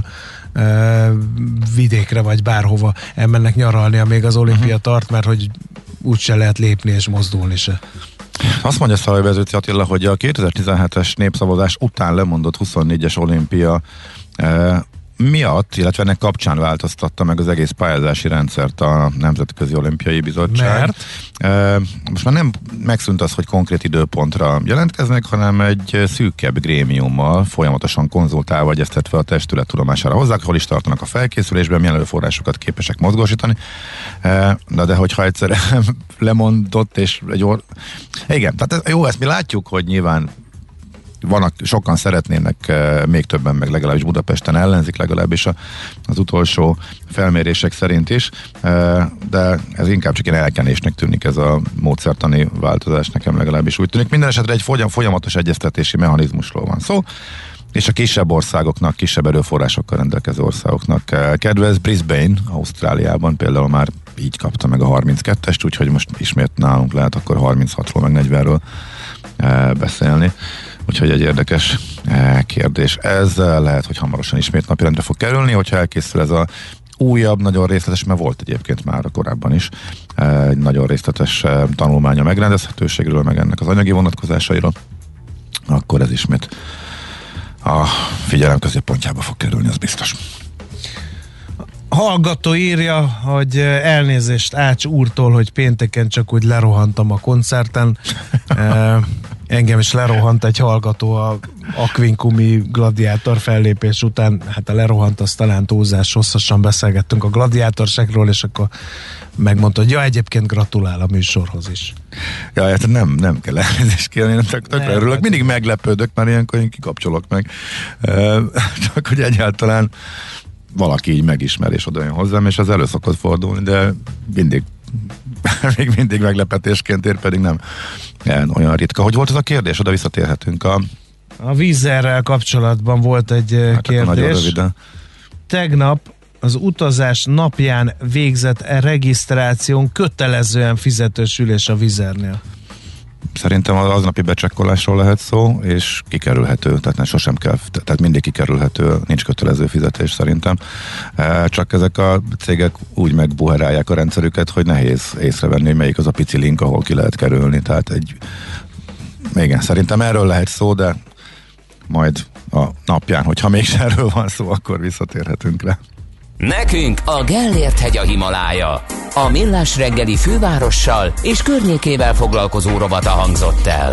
vidékre, vagy bárhova elmennek nyaralni, amíg az olimpia uh-huh. tart, mert hogy úgyse lehet lépni és mozdulni se. Azt mondja Szalai Berzevici Attila, hogy a kétezer-tizenhetes népszavazás után lemondott huszonnégyes olimpia eh, miatt, illetve ennek kapcsán változtatta meg az egész pályázási rendszert a Nemzetközi Olimpiai Bizottság. Mert? E, most már nem megszűnt az, hogy konkrét időpontra jelentkeznek, hanem egy szűkebb grémiummal folyamatosan konzultálva egyeztetve a testület tudomására hozzák, hol is tartanak a felkészülésben, milyen előforrásokat képesek mozgósítani. E, de, de hogyha egyszer lemondott, és egy or... Igen, tehát jó, ezt mi látjuk, hogy nyilván vannak, sokan szeretnének, még többen meg legalábbis Budapesten ellenzik, legalábbis a, az utolsó felmérések szerint is, de ez inkább csak ilyen elkenésnek tűnik ez a módszertani változás, nekem legalábbis úgy tűnik. Minden esetre egy folyamatos egyeztetési mechanizmusról van szó, és a kisebb országoknak, kisebb erőforrásokkal rendelkező országoknak kedvez. Brisbane, Ausztráliában például már így kapta meg a harminckettest, úgyhogy most ismét nálunk lehet akkor harminchatról meg negyvenről beszélni. Úgyhogy egy érdekes kérdés. Ez lehet, hogy hamarosan ismét napirendre fog kerülni, hogyha elkészül ez a újabb, nagyon részletes, mert volt egyébként már a korábban is egy nagyon részletes tanulmány a megrendezhetőségről, meg ennek az anyagi vonatkozásairól, akkor ez ismét a figyelem középpontjába fog kerülni, az biztos. hallgató írja, hogy elnézést Ács úrtól, hogy pénteken csak úgy lerohantam a koncerten. Engem is lerohant egy hallgató a Aquincumi gladiátor fellépés után, hát a lerohant az talán túlzás, hosszasan beszélgettünk a gladiátorságról, és akkor megmondta, hogy ja, egyébként gratulál a műsorhoz is. Ja, hát nem, nem kell elnézést kérni, én tök, tökre örülök, hát mindig meglepődök, mert ilyenkor én kikapcsolok meg. Csak hogy egyáltalán valaki így megismer és oda jön hozzám, és az elő szokott fordulni, de mindig még mindig meglepetésként ér, pedig nem olyan ritka. Hogy volt az a kérdés? Oda visszatérhetünk a... A vízerrel kapcsolatban volt egy hát kérdés. Tegnap az utazás napján végzett regisztráción kötelezően fizetős ülés a Vizernél. Szerintem az aznapi becsekkolásról lehet szó, és kikerülhető, tehát nem sosem kell, tehát mindig kikerülhető, nincs kötelező fizetés szerintem. Csak ezek a cégek úgy megbuherálják a rendszerüket, hogy nehéz észrevenni, hogy melyik az a pici link, ahol ki lehet kerülni. Tehát egy, igen, szerintem erről lehet szó, de majd a napján, hogyha mégis erről van szó, akkor visszatérhetünk rá. Nekünk a Gellért-hegy a Himalája. A Millás reggeli fővárossal és környékével foglalkozó rovata hangzott el.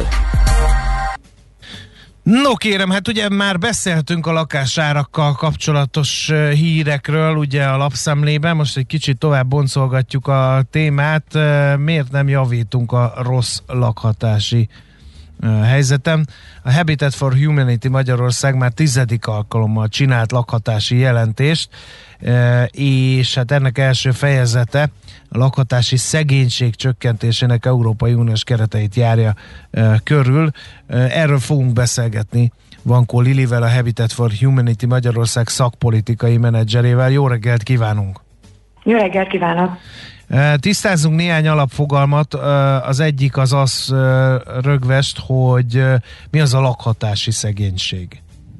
No kérem, hát ugye már beszéltünk a lakásárakkal kapcsolatos hírekről, ugye a lapszemlében, most egy kicsit tovább boncolgatjuk a témát, miért nem javítunk a rossz lakhatási helyzetem. A Habitat for Humanity Magyarország már tizedik alkalommal csinált lakhatási jelentést, és hát ennek első fejezete a lakhatási szegénység csökkentésének Európai Uniós kereteit járja körül. Erről fogunk beszélgetni Vankó Lilivel, a Habitat for Humanity Magyarország szakpolitikai menedzserével. Jó reggelt kívánunk! Jó reggelt kívánok! Tisztázzunk néhány alapfogalmat. Az egyik az az rögvest, hogy mi az a lakhatási szegénység.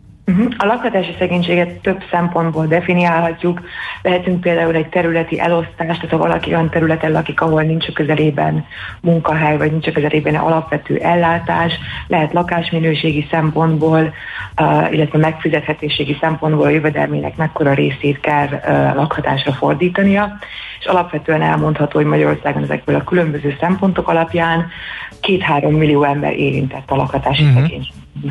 A lakhatási szegénységet több szempontból definiálhatjuk. Lehetünk például egy területi elosztást, tehát ha valaki olyan területen lakik, ahol nincs a közelében munkahely, vagy nincs a közelében alapvető ellátás, lehet lakásminőségi szempontból, illetve megfizethetőségi szempontból a jövedelmének mekkora részét kell lakhatásra fordítania, és alapvetően elmondható, hogy Magyarországon ezekből a különböző szempontok alapján két-három millió ember érintett a lakhatási uh-huh. szegénység.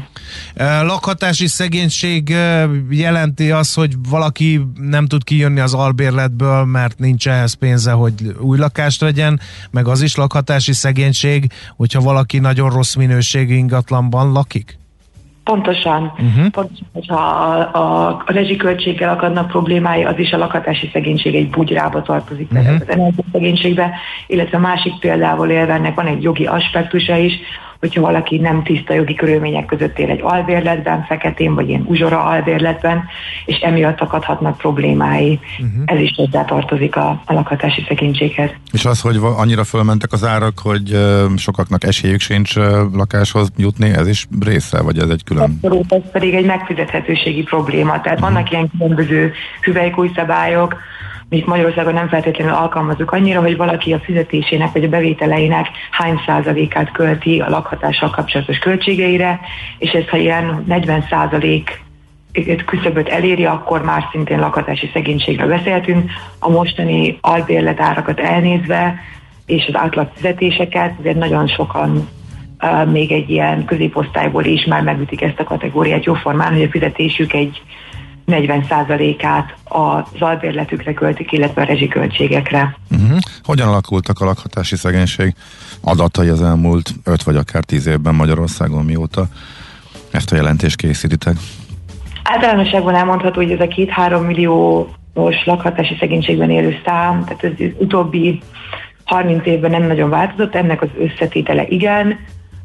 Lakhatási szegénység jelenti az, hogy valaki nem tud kijönni az albérletből, mert nincs ehhez pénze, hogy új lakást vegyen, meg az is lakhatási szegénység, hogyha valaki nagyon rossz minőségű ingatlanban lakik? Pontosan. Uh-huh. Pontosan, hogyha a, a, a rezsiköltséggel akadnak problémái, az is a lakhatási szegénység egy bugyrába tartozik, uh-huh. az energiaszegénységbe, illetve másik példával élve ennek van egy jogi aspektusa is, hogyha valaki nem tiszta jogi körülmények között él egy albérletben, feketén vagy ilyen uzsora albérletben, és emiatt akadhatnak problémái. Uh-huh. Ez is hozzá tartozik a, a lakhatási szegénységhez. És az, hogy annyira fölmentek az árak, hogy uh, sokaknak esélyük sincs uh, lakáshoz jutni, ez is része, vagy ez egy külön? Abszolút, ez pedig egy megfizethetőségi probléma. Tehát uh-huh. vannak ilyen különböző hüvelykúj szabályok, amit Magyarországon nem feltétlenül alkalmazunk annyira, hogy valaki a fizetésének vagy a bevételeinek hány százalékát költi a lakhatással kapcsolatos költségeire, és ez ha ilyen negyven százalék küszöböt eléri, akkor már szintén lakhatási szegénységről beszéltünk. A mostani albérletárakat elnézve, és az átlag fizetéseket, azért nagyon sokan uh, még egy ilyen középosztályból is már megütik ezt a kategóriát jóformán, hogy a fizetésük egy negyven százalékát az albérletükre költik, illetve a rezsiköltségekre. Uh-huh. Hogyan alakultak a lakhatási szegénység adatai az elmúlt öt vagy akár tíz évben Magyarországon, mióta ezt a jelentést készítitek? Általánosságban elmondható, hogy ez a két-három milliós lakhatási szegénységben élő szám, tehát az utóbbi harminc évben nem nagyon változott, ennek az összetétele igen.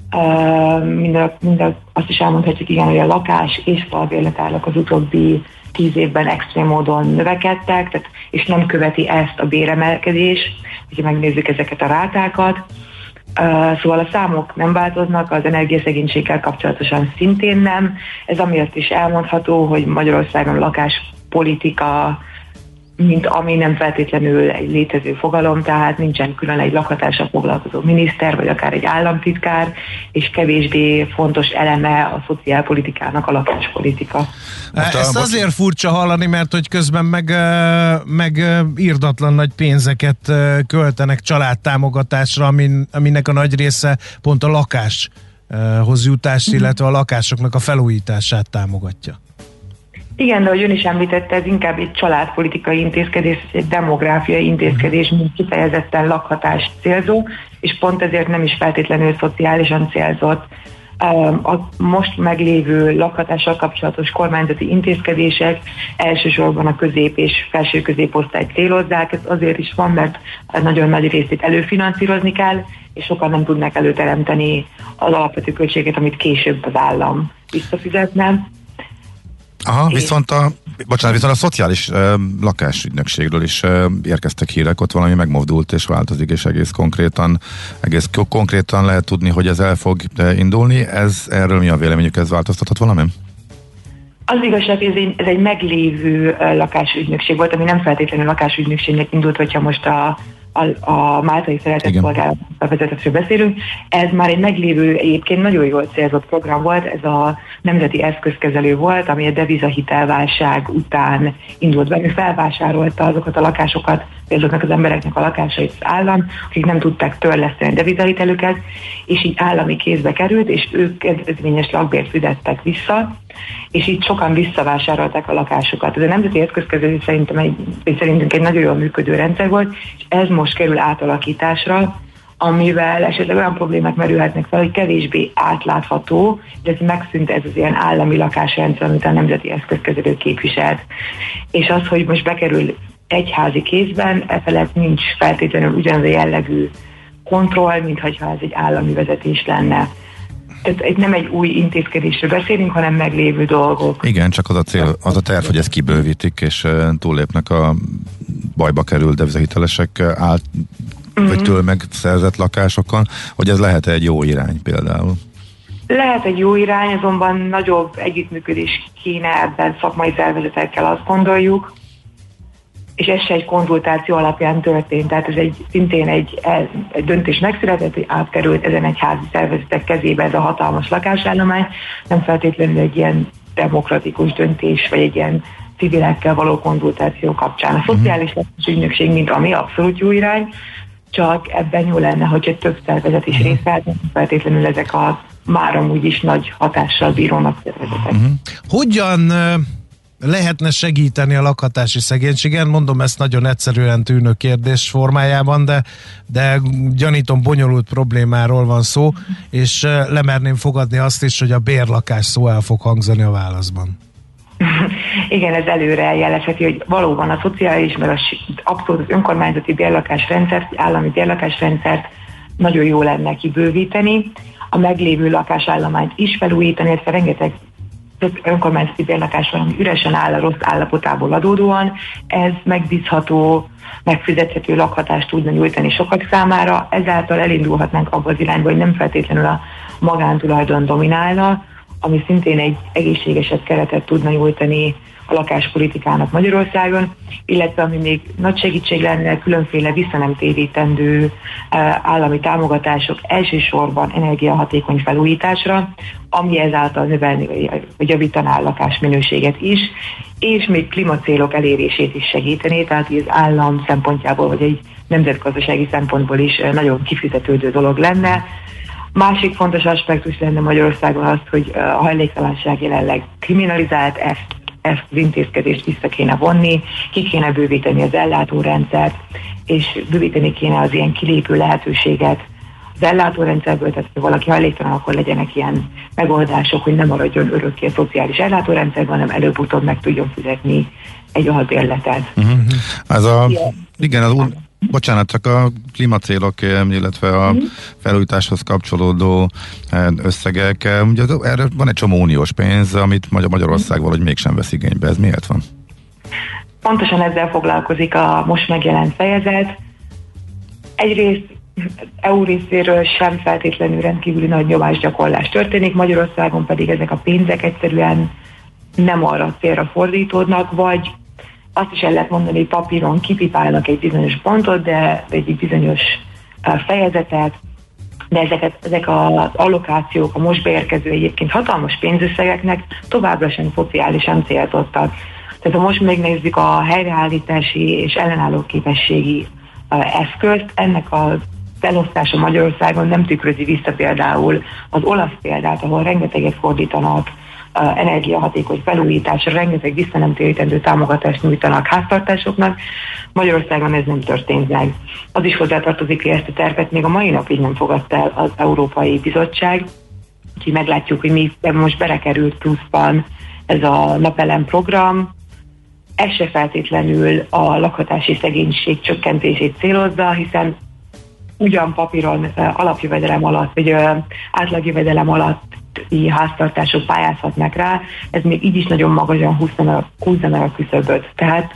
Uh, minden, minden, azt is elmondhatjuk, igen, hogy a lakás és az albérletárak az utóbbi tíz évben extrém módon növekedtek, tehát, és nem követi ezt a béremelkedés, hogyha megnézzük ezeket a rátákat. Uh, szóval a számok nem változnak, az energiaszegénységgel kapcsolatosan szintén nem. Ez amiatt is elmondható, hogy Magyarországon a lakáspolitika mint ami nem feltétlenül egy létező fogalom, tehát nincsen külön egy lakhatással foglalkozó miniszter, vagy akár egy államtitkár, és kevésbé fontos eleme a szociálpolitikának a lakáspolitika. Most Ezt a, azért furcsa hallani, mert hogy közben meg, meg irdatlan nagy pénzeket költenek családtámogatásra, amin, aminek a nagy része pont a lakáshoz jutást, illetve a lakásoknak a felújítását támogatja. Igen, de ahogy ön is említette, ez inkább egy családpolitikai intézkedés, egy demográfiai intézkedés, mint kifejezetten lakhatást célzó, és pont ezért nem is feltétlenül szociálisan célzott. A most meglévő lakhatással kapcsolatos kormányzati intézkedések elsősorban a közép- és felső középosztályt célozzák. Ez azért is van, mert nagyon nagy részét előfinanszírozni kell, és sokan nem tudnak előteremteni az alapvető költséget, amit később az állam visszafizetne. Aha, viszont a, bocsánat, viszont a szociális uh, lakásügynökségről is uh, érkeztek hírek, ott valami megmozdult és változik, és egész konkrétan, egész konkrétan lehet tudni, hogy ez el fog uh, indulni. Ez, erről mi a véleményük, ez változtathat valami? Az igazság, hogy ez egy, ez egy meglévő uh, lakásügynökség volt, ami nem feltétlenül lakásügynökségnek indult, hogyha most a a, a máltai szeretetszolgálat vezetésről beszélünk. Ez már egy meglévő, egyébként nagyon jól célzott program volt, ez a nemzeti eszközkezelő volt, ami a devizahitelválság után indult be, felvásárolta azokat a lakásokat, azoknak az embereknek a lakásait az állam, akik nem tudták törleszteni a devizahitelüket, és így állami kézbe került, és ők kedvezményes lakbért fizettek vissza, és így sokan visszavásárolták a lakásokat. Ez a nemzeti eszközkezelő szerintem egy, szerintünk egy nagyon jól működő rendszer volt, és ez most kerül átalakításra, amivel esetleg olyan problémák merülhetnek fel, hogy kevésbé átlátható, de ez megszűnt ez az ilyen állami lakásrendszer, amit a nemzeti eszközkezelő képviselt. És az, hogy most bekerül egyházi kézben, e felett nincs feltétlenül ugyanaz a jellegű kontroll, mint hogyha ez egy állami vezetés lenne. Tehát itt nem egy új intézkedésről beszélünk, hanem meglévő dolgok. Igen, csak az a cél, az a terv, hogy ezt kibővítik, és túllépnek a bajba került devizahitelesek állt, mm-hmm. vagy tőle megszerzett lakásokon, hogy ez lehet egy jó irány például. Lehet egy jó irány, azonban nagyobb együttműködés kéne ebben szakmai szervezetekkel, azt gondoljuk, és ez se egy konzultáció alapján történt, tehát ez egy, szintén egy, egy döntés megszületett, hogy átkerült ezen egy házi szervezetek kezébe ez a hatalmas lakásállomány, nem feltétlenül egy ilyen demokratikus döntés, vagy egy ilyen civilekkel való konzultáció kapcsán. A szociális lakásügynökség, mint ami abszolút jó irány, csak ebben jó lenne, hogyha több szervezet is részt vett, nem feltétlenül ezek a már amúgy is nagy hatással bírónak szervezetek. Uh-huh. Hogyan lehetne segíteni a lakhatási szegénységen? Mondom ezt nagyon egyszerűen tűnő kérdés formájában, de, de gyanítom bonyolult problémáról van szó, és lemerném fogadni azt is, hogy a bérlakás szó el fog hangzani a válaszban. Igen, ez előre jelezheti, hogy valóban a szociális, meg az abszolút az önkormányzati bérlakásrendszert, állami bérlakásrendszert nagyon jó lenne kibővíteni, a meglévő lakásállományt is felújítani, illetve rengeteg több önkormányzati bérlakás van, ami üresen áll a rossz állapotából adódóan. Ez megbízható, megfizethető lakhatást tudna nyújtani sokak számára, ezáltal elindulhatnánk abba az irányba, hogy nem feltétlenül a magántulajdon dominálna, ami szintén egy egészségesebb keretet tudna nyújtani a lakáspolitikának Magyarországon, illetve ami még nagy segítség lenne, különféle visszanemtérítendő állami támogatások elsősorban energiahatékony felújításra, ami ezáltal növelni vagy javítaná a lakásminőséget is, és még klímacélok elérését is segíteni, tehát az állam szempontjából, vagy egy nemzetgazdasági szempontból is nagyon kifizetődő dolog lenne. Másik fontos aspektus lenne Magyarországon az, hogy a hajléktalanság jelenleg kriminalizált, ezt, ezt az intézkedést vissza kéne vonni, ki kéne bővíteni az ellátórendszert, és bővíteni kéne az ilyen kilépő lehetőséget az ellátórendszerből, tehát ha valaki hajléktalan, akkor legyenek ilyen megoldások, hogy nem maradjon örökké a szociális ellátórendszerben, hanem előbb-utóbb meg tudjon fizetni egy albérletet. Uh-huh. Ez a, igen, igen az un- Bocsánat, csak a klímacélok, illetve a felújításhoz kapcsolódó összegek, ugye erre van egy csomó uniós pénz, amit Magyarország valahogy mégsem vesz igénybe. Ez miért van? Pontosan ezzel foglalkozik a most megjelent fejezet. Egyrészt é u részéről sem feltétlenül rendkívüli nagy nyomásgyakorlás történik, Magyarországon pedig ezek a pénzek egyszerűen nem arra célra fordítódnak, vagy azt is el lehet mondani, hogy papíron kipipálnak egy bizonyos pontot, de egy bizonyos fejezetet, de ezeket, ezek az allokációk, a most beérkező egyébként hatalmas pénzösszegeknek továbbra sem szociálisan célzottak. Tehát ha most megnézzük a helyreállítási és ellenálló képességi eszközt, ennek a elosztása Magyarországon nem tükrözi vissza például az olasz példát, ahol rengeteget fordítanak energiahatékony felújításra, rengeteg vissza nem térítendő támogatást nyújtanak háztartásoknak. Magyarországon ez nem történt meg. Az is hozzátartozik, hogy ezt a tervet még a mai napig nem fogadta el az Európai Bizottság, úgyhogy meglátjuk, hogy mi most belekerült pluszban ez a napelem program. Ez se feltétlenül a lakhatási szegénység csökkentését célozza, hiszen ugyan papíron alapjövedelem alatt, vagy átlagjövedelem alatti háztartások pályázhatnak rá, ez még így is nagyon magasan húzza meg a küszöböt. Tehát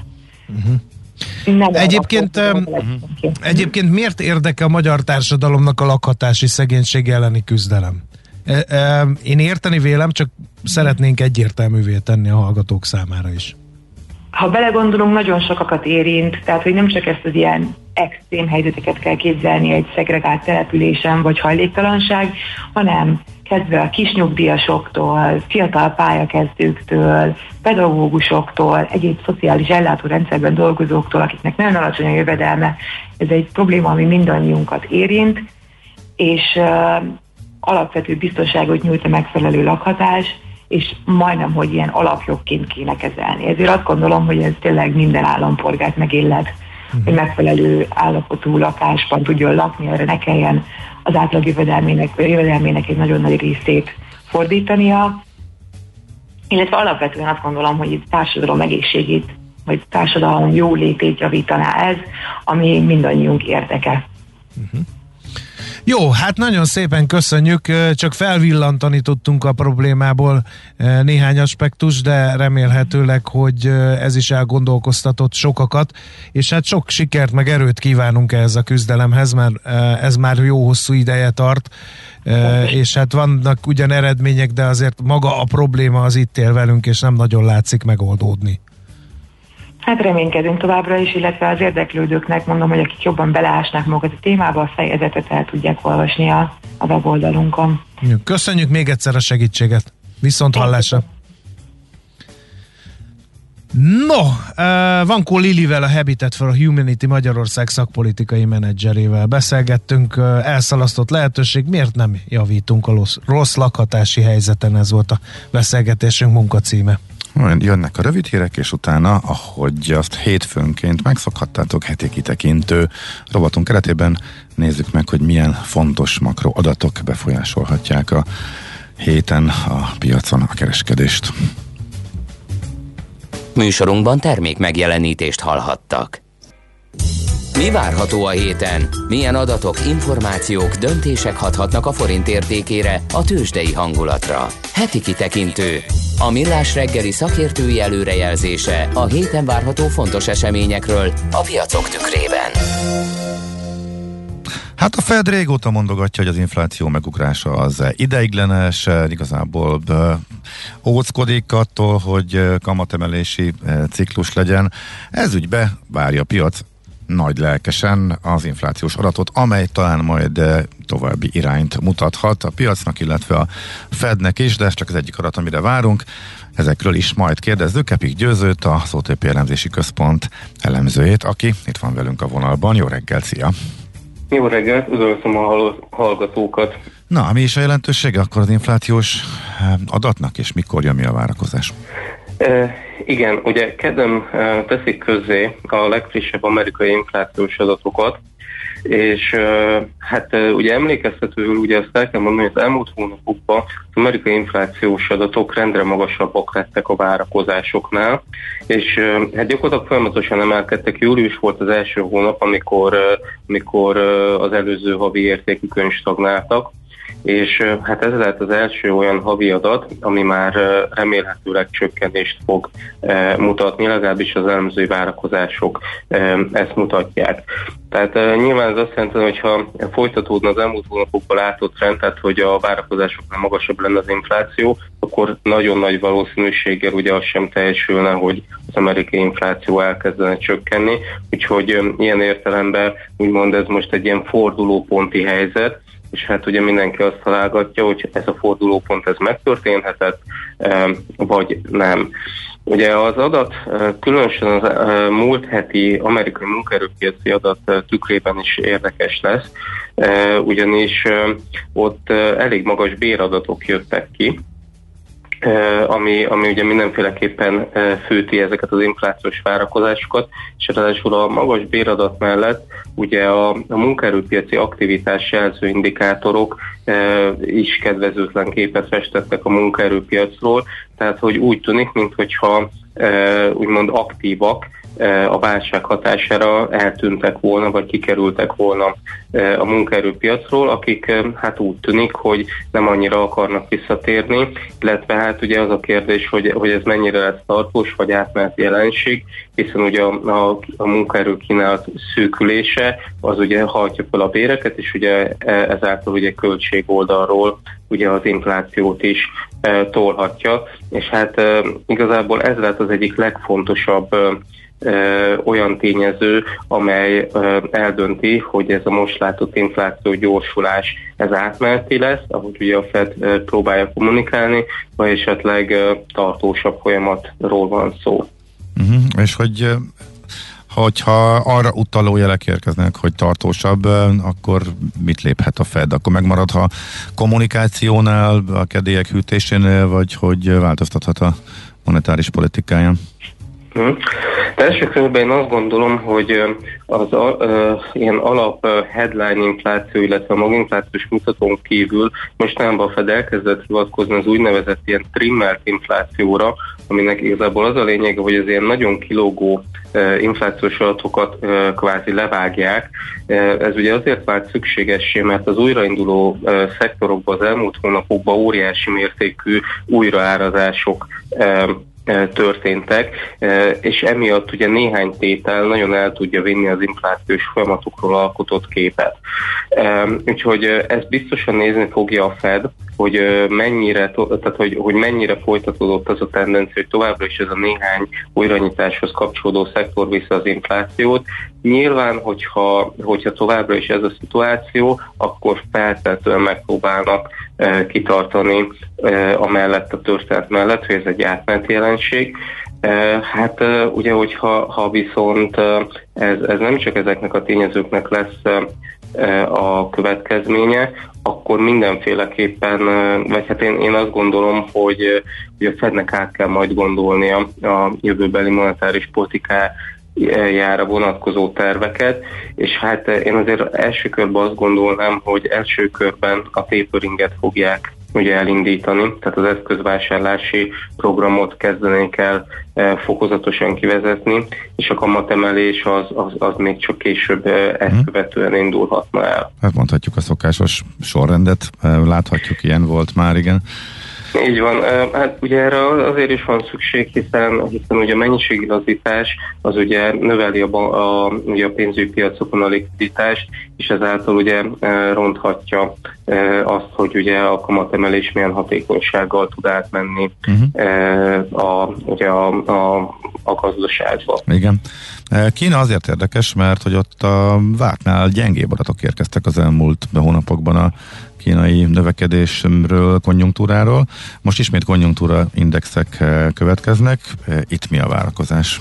uh-huh. egyébként, uh-huh. egyébként miért érdeke a magyar társadalomnak a lakhatási szegénység elleni küzdelem? Én érteni vélem, csak szeretnénk egyértelművé tenni a hallgatók számára is. Ha belegondolunk, nagyon sokakat érint, tehát hogy nem csak ezt az ilyen extrém helyzeteket kell képzelni egy szegregált településen vagy hajléktalanság, hanem kezdve a kisnyugdíjasoktól, fiatal pályakezdőktől, pedagógusoktól, egyéb szociális ellátórendszerben dolgozóktól, akiknek nagyon alacsony a jövedelme. Ez egy probléma, ami mindannyiunkat érint, és uh, alapvető biztonságot nyújt a megfelelő lakhatás, és majdnem, hogy ilyen alapjogként kéne kezelni. Ezért azt gondolom, hogy ez tényleg minden állampolgárt megillet, uh-huh. hogy megfelelő állapotú lakásban tudjon lakni, erre ne kelljen az átlag jövedelmének, jövedelmének egy nagyon nagy részét fordítania, illetve alapvetően azt gondolom, hogy itt társadalom egészségét, vagy társadalom jólétét javítaná ez, ami mindannyiunk érdeke. Uh-huh. Jó, hát nagyon szépen köszönjük, csak felvillantani tudtunk a problémából néhány aspektus, de remélhetőleg, hogy ez is elgondolkoztatott sokakat, és hát sok sikert meg erőt kívánunk ehhez a küzdelemhez, mert ez már jó hosszú ideje tart, és hát vannak ugyan eredmények, de azért maga a probléma az itt él velünk, és nem nagyon látszik megoldódni. Hát reménykedünk továbbra is, illetve az érdeklődőknek mondom, hogy akik jobban beleásnák magukat a témába, a fejezetet el tudják olvasni a, a weboldalunkon. Köszönjük még egyszer a segítséget. Viszont hallásra! No, uh, Vankó Lilivel, a Habitat for Humanity Magyarország szakpolitikai menedzserével beszélgettünk, uh, elszalasztott lehetőség, miért nem javítunk a rossz, rossz lakhatási helyzeten, ez volt a beszélgetésünk munkacíme. Jönnek a rövid hírek, és utána, ahogy azt hétfőnként megszokhattátok, heti kitekintő robotunk keretében nézzük meg, hogy milyen fontos makroadatok befolyásolhatják a héten a piacon a kereskedést. Műsorunkban termék megjelenítést hallhattak. Mi várható a héten? Milyen adatok, információk, döntések hathatnak a forint értékére, a tőzsdei hangulatra? Heti kitekintő. A Millás reggeli szakértői előrejelzése a héten várható fontos eseményekről a piacok tükrében. Hát a Fed régóta mondogatja, hogy az infláció megugrása az ideiglenes, igazából óckodik attól, hogy kamatemelési ciklus legyen. Ez ügybe várja a piac nagy lelkesen az inflációs adatot, amely talán majd további irányt mutathat a piacnak, illetve a Fednek is, de ez csak az egyik adat, amire várunk. Ezekről is majd kérdezzük Epik Győzőt, a o té pé elemzési központ elemzőjét, aki itt van velünk a vonalban. Jó reggelt, szia! Jó reggelt, üdvözlöm a hallgatókat! Na, mi is a jelentősége akkor az inflációs adatnak, és mikor jön mi a várakozás? E, igen, ugye kedden e, teszik közzé a legfrissebb amerikai inflációs adatokat, és e, hát e, ugye emlékeztetőül, ugye ezt el kell mondani, hogy az elmúlt hónapokban az amerikai inflációs adatok rendre magasabbak lettek a várakozásoknál, és e, hát gyakorlatilag folyamatosan emelkedtek. Július volt az első hónap, amikor, e, amikor e, az előző havi értékükön stagnáltak, és hát ez lehet az első olyan havi adat, ami már remélhetőleg csökkenést fog mutatni, legalábbis az elemzői várakozások ezt mutatják. Tehát nyilván ez azt jelenti, hogy ha folytatódna az elmúlt hónapokban látott trend, tehát hogy a várakozásoknál magasabb lenne az infláció, akkor nagyon nagy valószínűséggel ugye az sem teljesülne, hogy az amerikai infláció elkezdene csökkenni, úgyhogy ilyen értelemben úgymond ez most egy ilyen fordulóponti helyzet, és hát ugye mindenki azt találgatja, hogy ez a fordulópont ez megtörténhetett, vagy nem. Ugye az adat, különösen az múlt heti amerikai munkaerőpiaci adat tükrében is érdekes lesz, ugyanis ott elég magas béradatok jöttek ki, ami, ami ugye mindenféleképpen fűti ezeket az inflációs várakozásokat, és ráadásul a magas béradat mellett ugye a, a munkaerőpiaci aktivitás jelző indikátorok e, is kedvezőtlen képet festettek a munkaerőpiacról, tehát hogy úgy tűnik, minthogyha e, úgymond aktívak a válság hatására eltűntek volna, vagy kikerültek volna a munkaerőpiacról, akik hát úgy tűnik, hogy nem annyira akarnak visszatérni, illetve hát ugye az a kérdés, hogy, hogy ez mennyire lesz tartós, vagy átmeneti jelenség, hiszen ugye a, a, a munkaerő kínálat szűkülése az ugye hajtja fel a béreket, és ugye ezáltal ugye költség oldalról ugye az inflációt is e, tolhatja, és hát e, igazából ez lett az egyik legfontosabb e, Ö, olyan tényező, amely ö, eldönti, hogy ez a most látott infláció gyorsulás ez átmeneti lesz, ahogy ugye a Fed ö, próbálja kommunikálni, vagy esetleg ö, tartósabb folyamatról van szó. Uh-huh. És hogy hogyha arra utaló jelek érkeznek, hogy tartósabb, akkor mit léphet a Fed? Akkor megmarad, ha kommunikációnál, a kedélyek hűtésénél, vagy hogy változtathat a monetáris politikáján? Hmm. De első körben én azt gondolom, hogy az a, uh, ilyen alap uh, headline infláció, illetve a maginflációs mutatón kívül mostanában a Fed elkezdett hivatkozni az úgynevezett ilyen trimmelt inflációra, aminek igazából az a lényege, hogy az ilyen nagyon kilógó uh, inflációs adatokat uh, kvázi levágják. Uh, ez ugye azért vált szükségessé, mert az újrainduló uh, szektorokban az elmúlt hónapokban óriási mértékű újraárazások uh, történtek, és emiatt ugye néhány tétel nagyon el tudja vinni az inflációs folyamatokról alkotott képet. Úgyhogy ezt biztosan nézni fogja a Fed, hogy mennyire, tehát hogy, hogy mennyire folytatódott az a tendencia, hogy továbbra is ez a néhány újranyitáshoz kapcsolódó szektor vissza az inflációt. Nyilván, hogyha, hogyha továbbra is ez a szituáció, akkor feltétlenül megpróbálnak e, kitartani e, a mellett, a történet mellett, hogy ez egy átmeneti jelenség. E, hát e, ugye, hogyha ha viszont ez, ez nem csak ezeknek a tényezőknek lesz e, a következménye, akkor mindenféleképpen, vagy hát én, én azt gondolom, hogy, hogy a Fednek át kell majd gondolnia a jövőbeli monetáris politikájára vonatkozó terveket, és hát én azért első körben azt gondolnám, hogy első körben a taperinget fogják ugye elindítani, tehát az eszközvásárlási programot kezdenék el e, fokozatosan kivezetni, és a kamatemelés az, az, az még csak később e, ezt követően indulhatna el. Hát mondhatjuk a szokásos sorrendet, láthatjuk, ilyen volt már, igen. Így van, hát ugye erre azért is van szükség, hiszen, hiszen ugye a mennyiségi lazítás az ugye növeli a, a, ugye a pénzügyi piacokon a likviditást, és ezáltal ugye ronthatja azt, hogy ugye a kamatemelés milyen hatékonysággal tud átmenni uh-huh. a, ugye a, a, a gazdaságba. Igen. Kína azért érdekes, mert hogy ott a vártnál gyengébb adatok érkeztek az elmúlt hónapokban a kínai növekedésről, konjunktúráról. Most ismét konjunktúra indexek következnek. Itt mi a várakozás?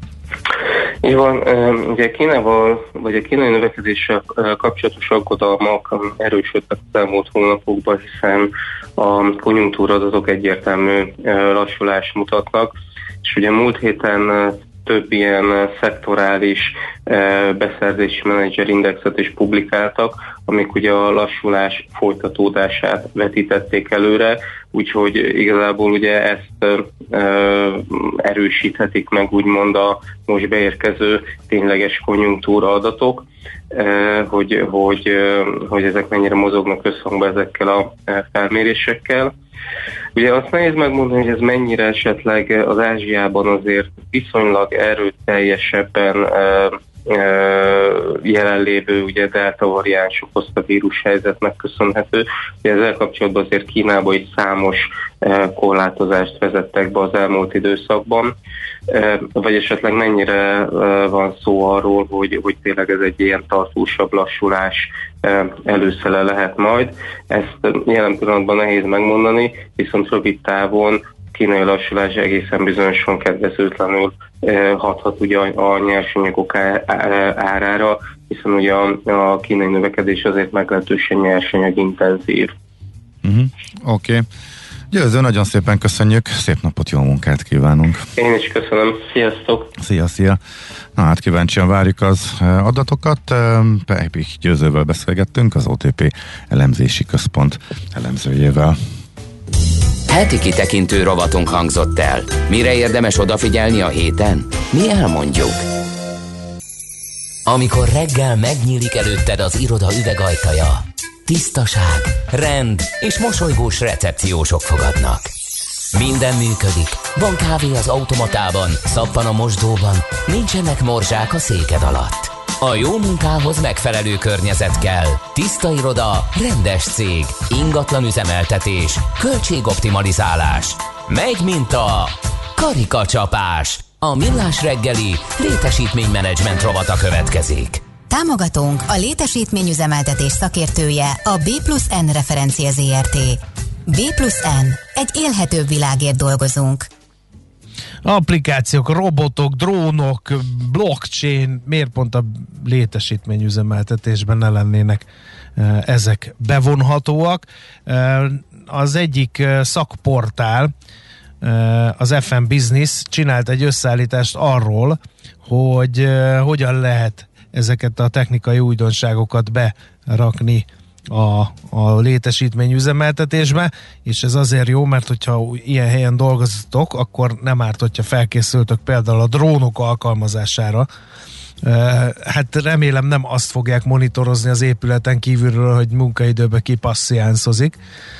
Így van, ugye Kínával, vagy a kínai növekedéssel kapcsolatos aggodalmak erősödtek az elmúlt hónapokban, hiszen a konjunktúra adatok egyértelmű lassulást mutatnak, és ugye múlt héten több ilyen szektorális beszerzési menedzser indexet is publikáltak, amik ugye a lassulás folytatódását vetítették előre, úgyhogy igazából ugye ezt ö, erősíthetik meg úgymond a most beérkező tényleges konjunktúra adatok, ö, hogy, hogy, ö, hogy ezek mennyire mozognak összhangba ezekkel a felmérésekkel. Ugye azt nehéz megmondani, hogy ez mennyire esetleg az Ázsiában azért viszonylag erőteljesebben ö, jelenlévő ugye delta variáns okozta vírushelyzetnek köszönhető. Ugye ezzel kapcsolatban azért Kínában is számos korlátozást vezettek be az elmúlt időszakban, vagy esetleg mennyire van szó arról, hogy, hogy tényleg ez egy ilyen tartósabb lassulás előszele lehet majd. Ezt jelen pillanatban nehéz megmondani, viszont rövid távon kínai lassulás egészen bizonyosan kedvezőtlenül hathat ugye a nyersanyagok árára, hiszen ugye a, a kínai növekedés azért meglehetősen nyersanyagintenzív. Uh-huh. Oké. Okay. Győző, nagyon szépen köszönjük, szép napot, jó munkát kívánunk. Én is köszönöm, sziasztok! Szia, szia! Na hát kíváncsian várjuk az adatokat. Pepik Győzővel beszélgettünk, az o té pé elemzési központ elemzőjével. Heti kitekintő rovatunk hangzott el. Mire érdemes odafigyelni a héten? Mi elmondjuk. Amikor reggel megnyílik előtted az iroda üvegajtaja, tisztaság, rend és mosolygós recepciósok fogadnak. Minden működik. Van kávé az automatában, szappan a mosdóban, nincsenek morzsák a széked alatt. A jó munkához megfelelő környezet kell. Tiszta iroda, rendes cég, ingatlan üzemeltetés, költségoptimalizálás. Megy, mint a karikacsapás. A Millás reggeli létesítménymenedzsment rovata következik. Támogatónk a létesítményüzemeltetés szakértője, a B plusz N Referencia zé er té. B plusz N. Egy élhetőbb világért dolgozunk. Applikációk, robotok, drónok, blockchain, miért pont a létesítményüzemeltetésben ne lennének ezek bevonhatóak? Az egyik szakportál, az ef em Business csinált egy összeállítást arról, hogy hogyan lehet ezeket a technikai újdonságokat berakni a, a létesítményüzemeltetésbe, és ez azért jó, mert hogyha ilyen helyen dolgoztok, akkor nem árt, hogyha felkészültök például a drónok alkalmazására. Hát remélem nem azt fogják monitorozni az épületen kívülről, hogy munkaidőbe ki passziánszozik.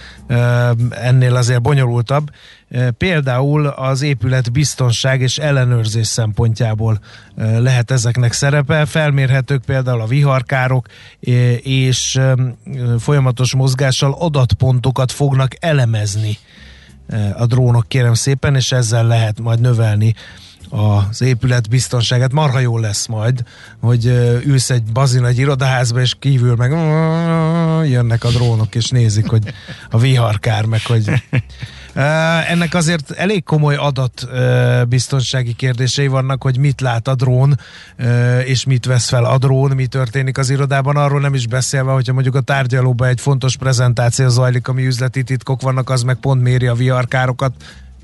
Ennél azért bonyolultabb. Például az épület biztonság és ellenőrzés szempontjából lehet ezeknek szerepe. Felmérhetők például a viharkárok, és folyamatos mozgással adatpontokat fognak elemezni a drónok, kérem szépen, és ezzel lehet majd növelni az épület biztonságát. Marha jó lesz majd, hogy ülsz egy bazin egy irodaházba, és kívül meg jönnek a drónok, és nézik, hogy a viharkár, meg hogy ennek azért elég komoly adatbiztonsági kérdései vannak, hogy mit lát a drón, és mit vesz fel a drón, mi történik az irodában, arról nem is beszélve, hogyha mondjuk a tárgyalóban egy fontos prezentáció zajlik, ami üzleti titkok vannak, az meg pont méri a viharkárokat,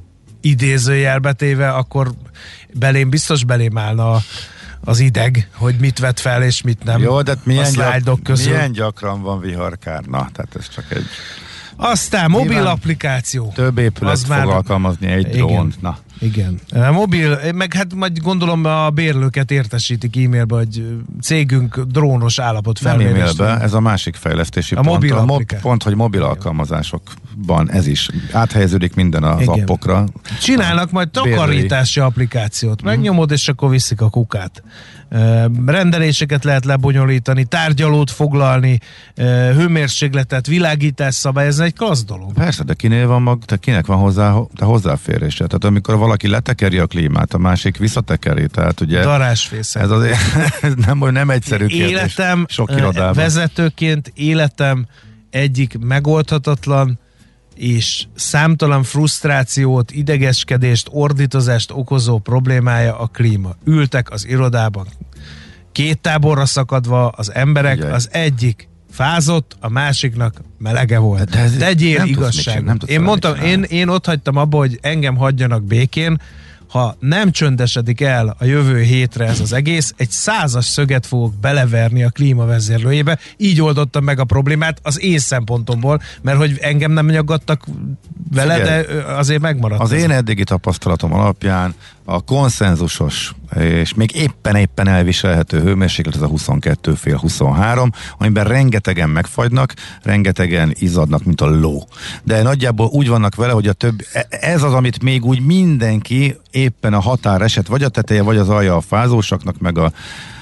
idézőjelbe téve, akkor belém biztos belém állna az ideg, hogy mit vett fel és mit nem. Jó, de milyen, gyak, milyen gyakran van viharkár? Na, tehát ez csak egy... Aztán mobil Nyilván applikáció. Több épület az fog már alkalmazni egy drónt. Na. Igen. Mobil, meg hát majd gondolom a bérlőket értesítik e-mailbe, hogy cégünk drónos állapot felmérést. Nem e-mailbe, ez a másik fejlesztési a pont. Mobil a mob, pont, hogy mobil Igen. alkalmazásokban ez is áthelyeződik minden az Igen. appokra. Csinálnak majd takarítási applikációt. Megnyomod, és akkor viszik a kukát. Rendeléseket lehet lebonyolítani, tárgyalót foglalni, hőmérsékletet, világítás szabályozni, egy klassz dolog. Persze, de kinél van mag, de kinek van hozzá de hozzáférése? Tehát amikor valaki letekeri a klímát, a másik visszatekeri, tehát ugye... Darásfészel. Ez azért ez nem, nem egyszerű kérdés. Életem, sok irodában. Vezetőként életem egyik megoldhatatlan és számtalan frusztrációt, idegeskedést, ordítozást okozó problémája a klíma. Ültek az irodában két táborra szakadva az emberek, Ugye. az egyik fázott, a másiknak melege volt. De Tegyél igazságot. Én mondtam, én, én ott hagytam abba, hogy engem hagyjanak békén, ha nem csöndesedik el a jövő hétre ez az egész, egy százas szöget fogok beleverni a klímavezérlőjébe. Így oldottam meg a problémát az én szempontomból, mert hogy engem nem nyaggattak vele, Figyelj, de azért megmaradt. Az ez. én eddigi tapasztalatom alapján a konszenzusos és még éppen-éppen elviselhető hőmérséklet az a huszonkettő fél huszonhárom, amiben rengetegen megfagynak, rengetegen izzadnak, mint a ló. De nagyjából úgy vannak vele, hogy a több, ez az, amit még úgy mindenki éppen a határeset, vagy a teteje, vagy az alja a fázósaknak, meg a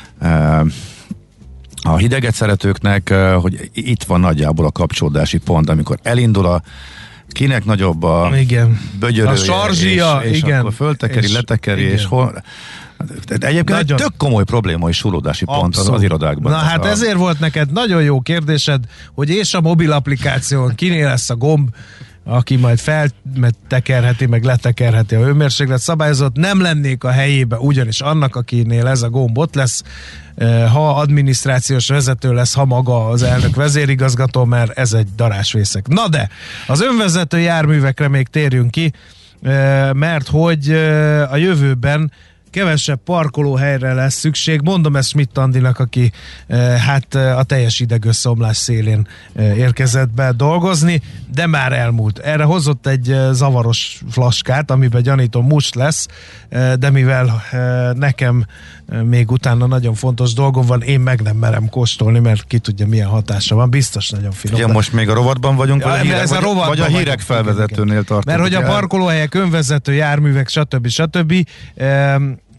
a hideget szeretőknek, hogy itt van nagyjából a kapcsolódási pont, amikor elindul a kinek nagyobb a bögyörője, a sarzsia, és, és igen. akkor föltekeri, és, letekeri, igen. és hol... Egyébként nagyon... tök komoly probléma és súlódási pont az, az irodákban. Na hát a... ezért volt neked nagyon jó kérdésed, hogy és a mobil applikáción kinél lesz a gomb, aki majd feltekerheti, meg letekerheti a hőmérséklet szabályozót, nem lennék a helyébe, ugyanis annak, akinél ez a gomb ott lesz, ha adminisztrációs vezető lesz, ha maga az elnök vezérigazgató, mert ez egy darásvészek. Na de, az önvezető járművekre még térjünk ki, mert hogy a jövőben kevesebb parkolóhelyre lesz szükség. Mondom ezt Schmidt Andinak, aki eh, hát a teljes idegösszeomlás szélén eh, érkezett be dolgozni, de már elmúlt. Erre hozott egy eh, zavaros flaskát, amiben gyanítom must lesz, eh, de mivel eh, nekem eh, még utána nagyon fontos dolgom van, én meg nem merem kóstolni, mert ki tudja milyen hatása van. Biztos nagyon finom. Ugye most még a rovatban vagyunk, ja, vagy, a hírek, ez a vagy, vagy a hírek felvezetőnél tartunk. Mert hogy a parkolóhelyek, önvezető járművek, stb. stb. Eh,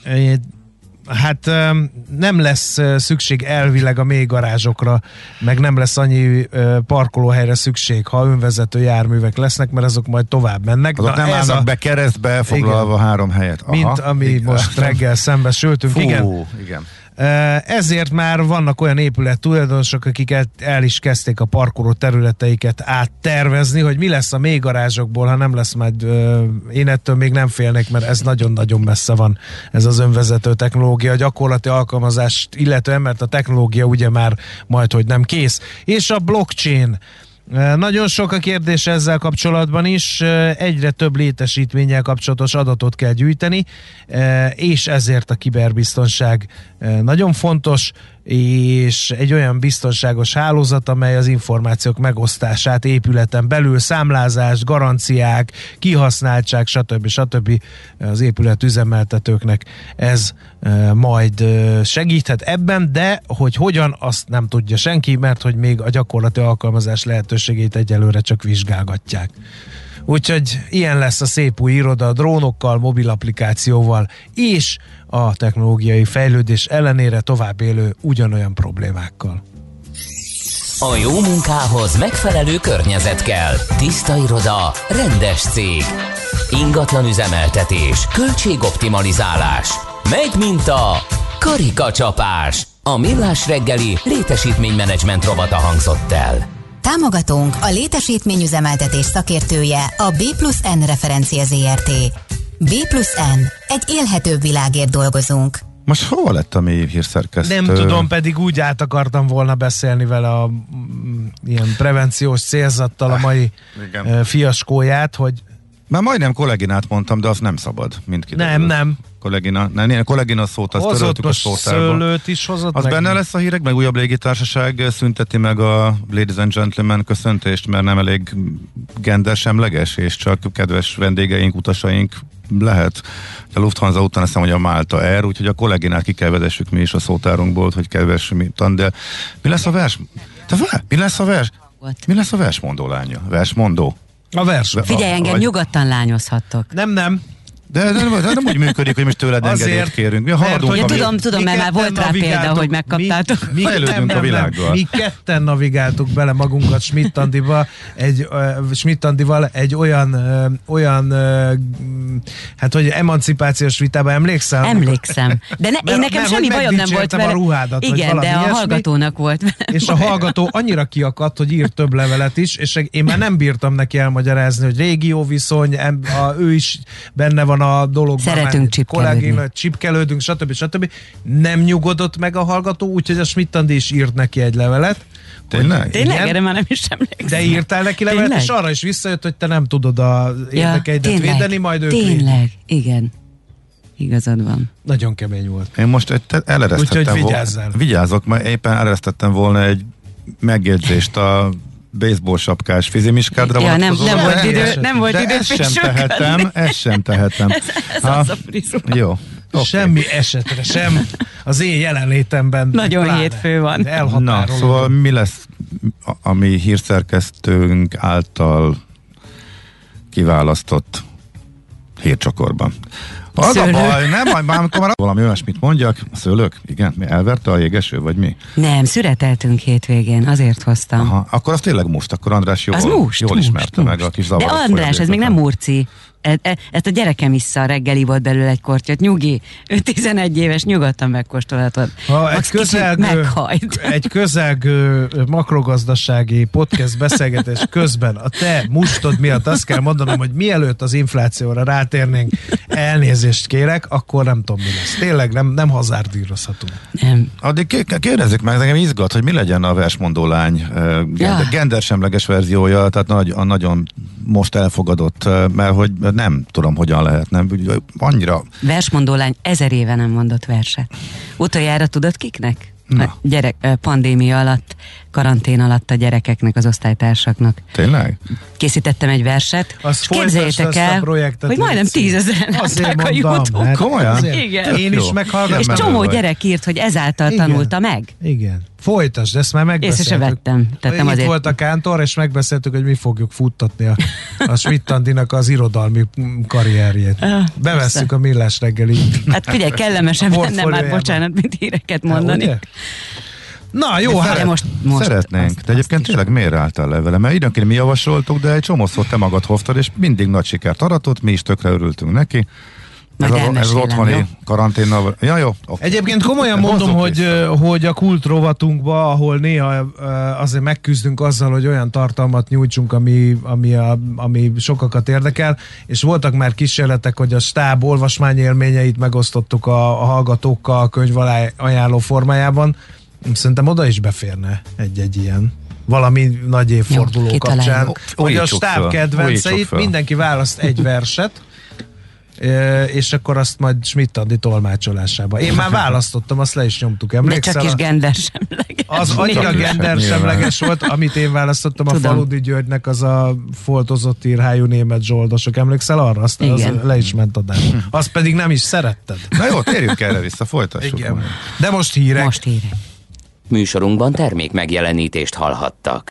Hát nem lesz szükség elvileg a mély garázsokra, meg nem lesz annyi parkolóhelyre szükség, ha önvezető járművek lesznek, mert azok majd tovább mennek. Azok Na nem állnak a... be keresztbe, foglalva igen. három helyet. Aha, mint ami igen. most reggel szembesültünk. Fú, igen. igen. Ezért már vannak olyan épület tulajdonosok, akik el is kezdték a parkoló területeiket áttervezni, hogy mi lesz a mély garázsokból, ha nem lesz majd, én ettől még nem félnek, mert ez nagyon-nagyon messze van, ez az önvezető technológia, a gyakorlati alkalmazást illetően, mert a technológia ugye már majd, hogy nem kész. És a blockchain. Nagyon sok a kérdés ezzel kapcsolatban is, egyre több létesítménnyel kapcsolatos adatot kell gyűjteni, és ezért a kiberbiztonság nagyon fontos, és egy olyan biztonságos hálózat, amely az információk megosztását épületen belül, számlázást, garanciák, kihasználtság, stb. stb. Az épület üzemeltetőknek ez majd segíthet ebben, de hogy hogyan, azt nem tudja senki, mert hogy még a gyakorlati alkalmazás lehetőségét egyelőre csak vizsgálgatják. Úgyhogy ilyen lesz a szép új iroda a drónokkal, mobil applikációval és a technológiai fejlődés ellenére tovább élő ugyanolyan problémákkal. A jó munkához megfelelő környezet kell. Tiszta iroda, rendes cég, ingatlan üzemeltetés, költségoptimalizálás. Megy mint a karikacsapás. A Millás reggeli létesítménymenedzsment rovata hangzott el. Támogatónk a létesítményüzemeltetés szakértője, a B plusz N Referencia zé er té. B plusz N. Egy élhetőbb világért dolgozunk. Most hova lett a mi hírszerkesztő? Nem tudom, pedig úgy át akartam volna beszélni vele a mm, ilyen prevenciós célzattal a mai ah, fiaskóját, hogy már majdnem kolléginát mondtam, de az nem szabad, mint kiderül. Nem, nem. Kollégina, nem, kollégina szót, azt hozott töröltük a szótárba. Szőlőt is hozott az meg. benne lesz a hírek, meg újabb légitársaság szünteti meg a Ladies and Gentlemen köszöntést, mert nem elég gendersemleges, és csak kedves vendégeink, utasaink lehet. A Lufthansa után azt hiszem, hogy a Malta Air, úgyhogy a kolléginát ki kell vedessük mi is a szótárunkból, hogy kedves, de mi lesz a vers? Te vár, mi lesz a vers? Mi lesz a versmondó lánya? Versmondó? A vers. Figyelj, engem vagy... nyugodtan lányozhattok. Nem, nem. De, de, de, de nem úgy működik, hogy most tőled engedélyt kérünk. Mi haladunk, hogy tudom, tudom, mert már volt rá példa, hogy megkaptátok. Mi, mi fejlődünk a világgal. Mi ketten navigáltuk bele magunkat Schmidt Andival egy, uh, Schmidt Andival egy olyan, uh, olyan uh, hát hogy emancipációs vitába emlékszel? Emlékszem. De ne, én nekem mert, semmi bajom nem volt vele. A ruhádat, igen, de a ilyesmi, hallgatónak volt vele. És a hallgató annyira kiakadt, hogy írt több levelet is, és én már nem bírtam neki elmagyarázni, hogy régióviszony, a, ő is benne van a dologban. Szeretünk csipkelődni. Csipkelődünk, stb. stb. Nem nyugodott meg a hallgató, úgyhogy a Schmidt Andi is írt neki egy levelet. Tényleg? Tényleg? Erre már nem is emlékszem. De írtál neki levelet, és arra is visszajött, hogy te nem tudod a érdekeidet ja, védeni, majd ők Tényleg, igen. igazad van. Nagyon kemény volt. Én most eleresztettem Úgyhogy volna. vigyázzál. Vigyázok, mert éppen eleresztettem volna egy megjegyzést a baseball sapkás fizimiskádra ja, nem, nem volt de, idő, nem volt de idő ezt sem tehetem, ezt sem tehetem. Ez, ez ha, az a frizura. Jó. Okay. Semmi esetre sem. Az én jelenlétemben. Nagyon pláne. hétfő van. Na, szóval mi lesz, ami hírszerkesztőnk által kiválasztott hírcsokorban? Az szőlők. A baj, nem, majd amikor már valami olyasmit mondjak, a szőlők, igen, mi elverte a jégeső, vagy mi? Nem, szüreteltünk hétvégén, azért hoztam. Aha, akkor az tényleg most, akkor András jól, az most, jól most, ismerte most. meg a kis De András, ez még nem murci. E, e, ezt a gyerekem issza reggeli volt belőle egy kortyot. Nyugi, ő tizenegy éves, nyugodtan megkóstolhatod. Ha egy közelgő, egy közelgő makrogazdasági podcast beszélgetés közben a te mustod miatt azt kell mondanom, hogy mielőtt az inflációra rátérnénk, elnézést kérek, akkor nem tudom, mi lesz. Tényleg nem, nem hazárdírozhatunk. Nem. Addig kérdezzük meg, nekem izgat, hogy mi legyen a versmondó lány uh, ja. gendersemleges verziója, tehát nagy, a nagyon most elfogadott, mert hogy nem tudom, hogyan lehetne. Annyira... Versmondó lány ezer éve nem mondott verset. Utoljára tudod kiknek? Na. A gyerek, pandémia alatt, karantén alatt a gyerekeknek, az osztálytársaknak. Tényleg? Készítettem egy verset, azt és képzeljétek el, hogy majdnem tízezeren látták a YouTube-on. Komolyan? Igen. Én is meghallgatom. És csomó vagy. Gyerek írt, hogy ezáltal Igen. tanulta meg. Igen. Folytasd, ezt már megbeszéltük. Észre se vettem. Tehát nem Itt azért. volt a Kántor, és megbeszéltük, hogy mi fogjuk futtatni a, a Schmidt-Andinak az irodalmi karrierjét. Bevesszük a Millás reggeli. Hát figyelj, kellemesebb lenne már, bocsánat, mint híreket mondani. Há, Na, jó, hát most, most szeretnénk. Azt, de egyébként tényleg miért álltál le vele? Mert időnként mi javasoltuk, de egy csomószor te magad hoztad, és mindig nagy sikert aratott, mi is tökre örültünk neki. Ez, az, ez az otthoni karanténnal. Ja, jó. Okay. Egyébként komolyan mondom, hogy, hogy a kult rovatunkba, ahol néha azért megküzdünk azzal, hogy olyan tartalmat nyújtsunk, ami, ami, a, ami sokakat érdekel, és voltak már kísérletek, hogy a stáb olvasmányélményeit megosztottuk a, a hallgatókkal a könyv ajánló formájában. Szerintem oda is beférne egy-egy ilyen valami nagy évforduló jó, kapcsán, hogy a stáb kedvenceit, mindenki választ egy verset, és akkor azt majd Schmidt-Andi tolmácsolásába. Én már választottam, azt le is nyomtuk, emlékszel? De csak is gendersemleges. Az annyira gendersemleges volt, amit én választottam. Tudom. A Faludi Györgynek az a foltozott írhájú német zsoldosok, emlékszel arra? Azt az le is ment adás. Azt pedig nem is szeretted. Na jó, térjünk erre vissza, folytassuk. Igen. De most hírek. Most hírek. Műsorunkban termék megjelenítést hallhattak.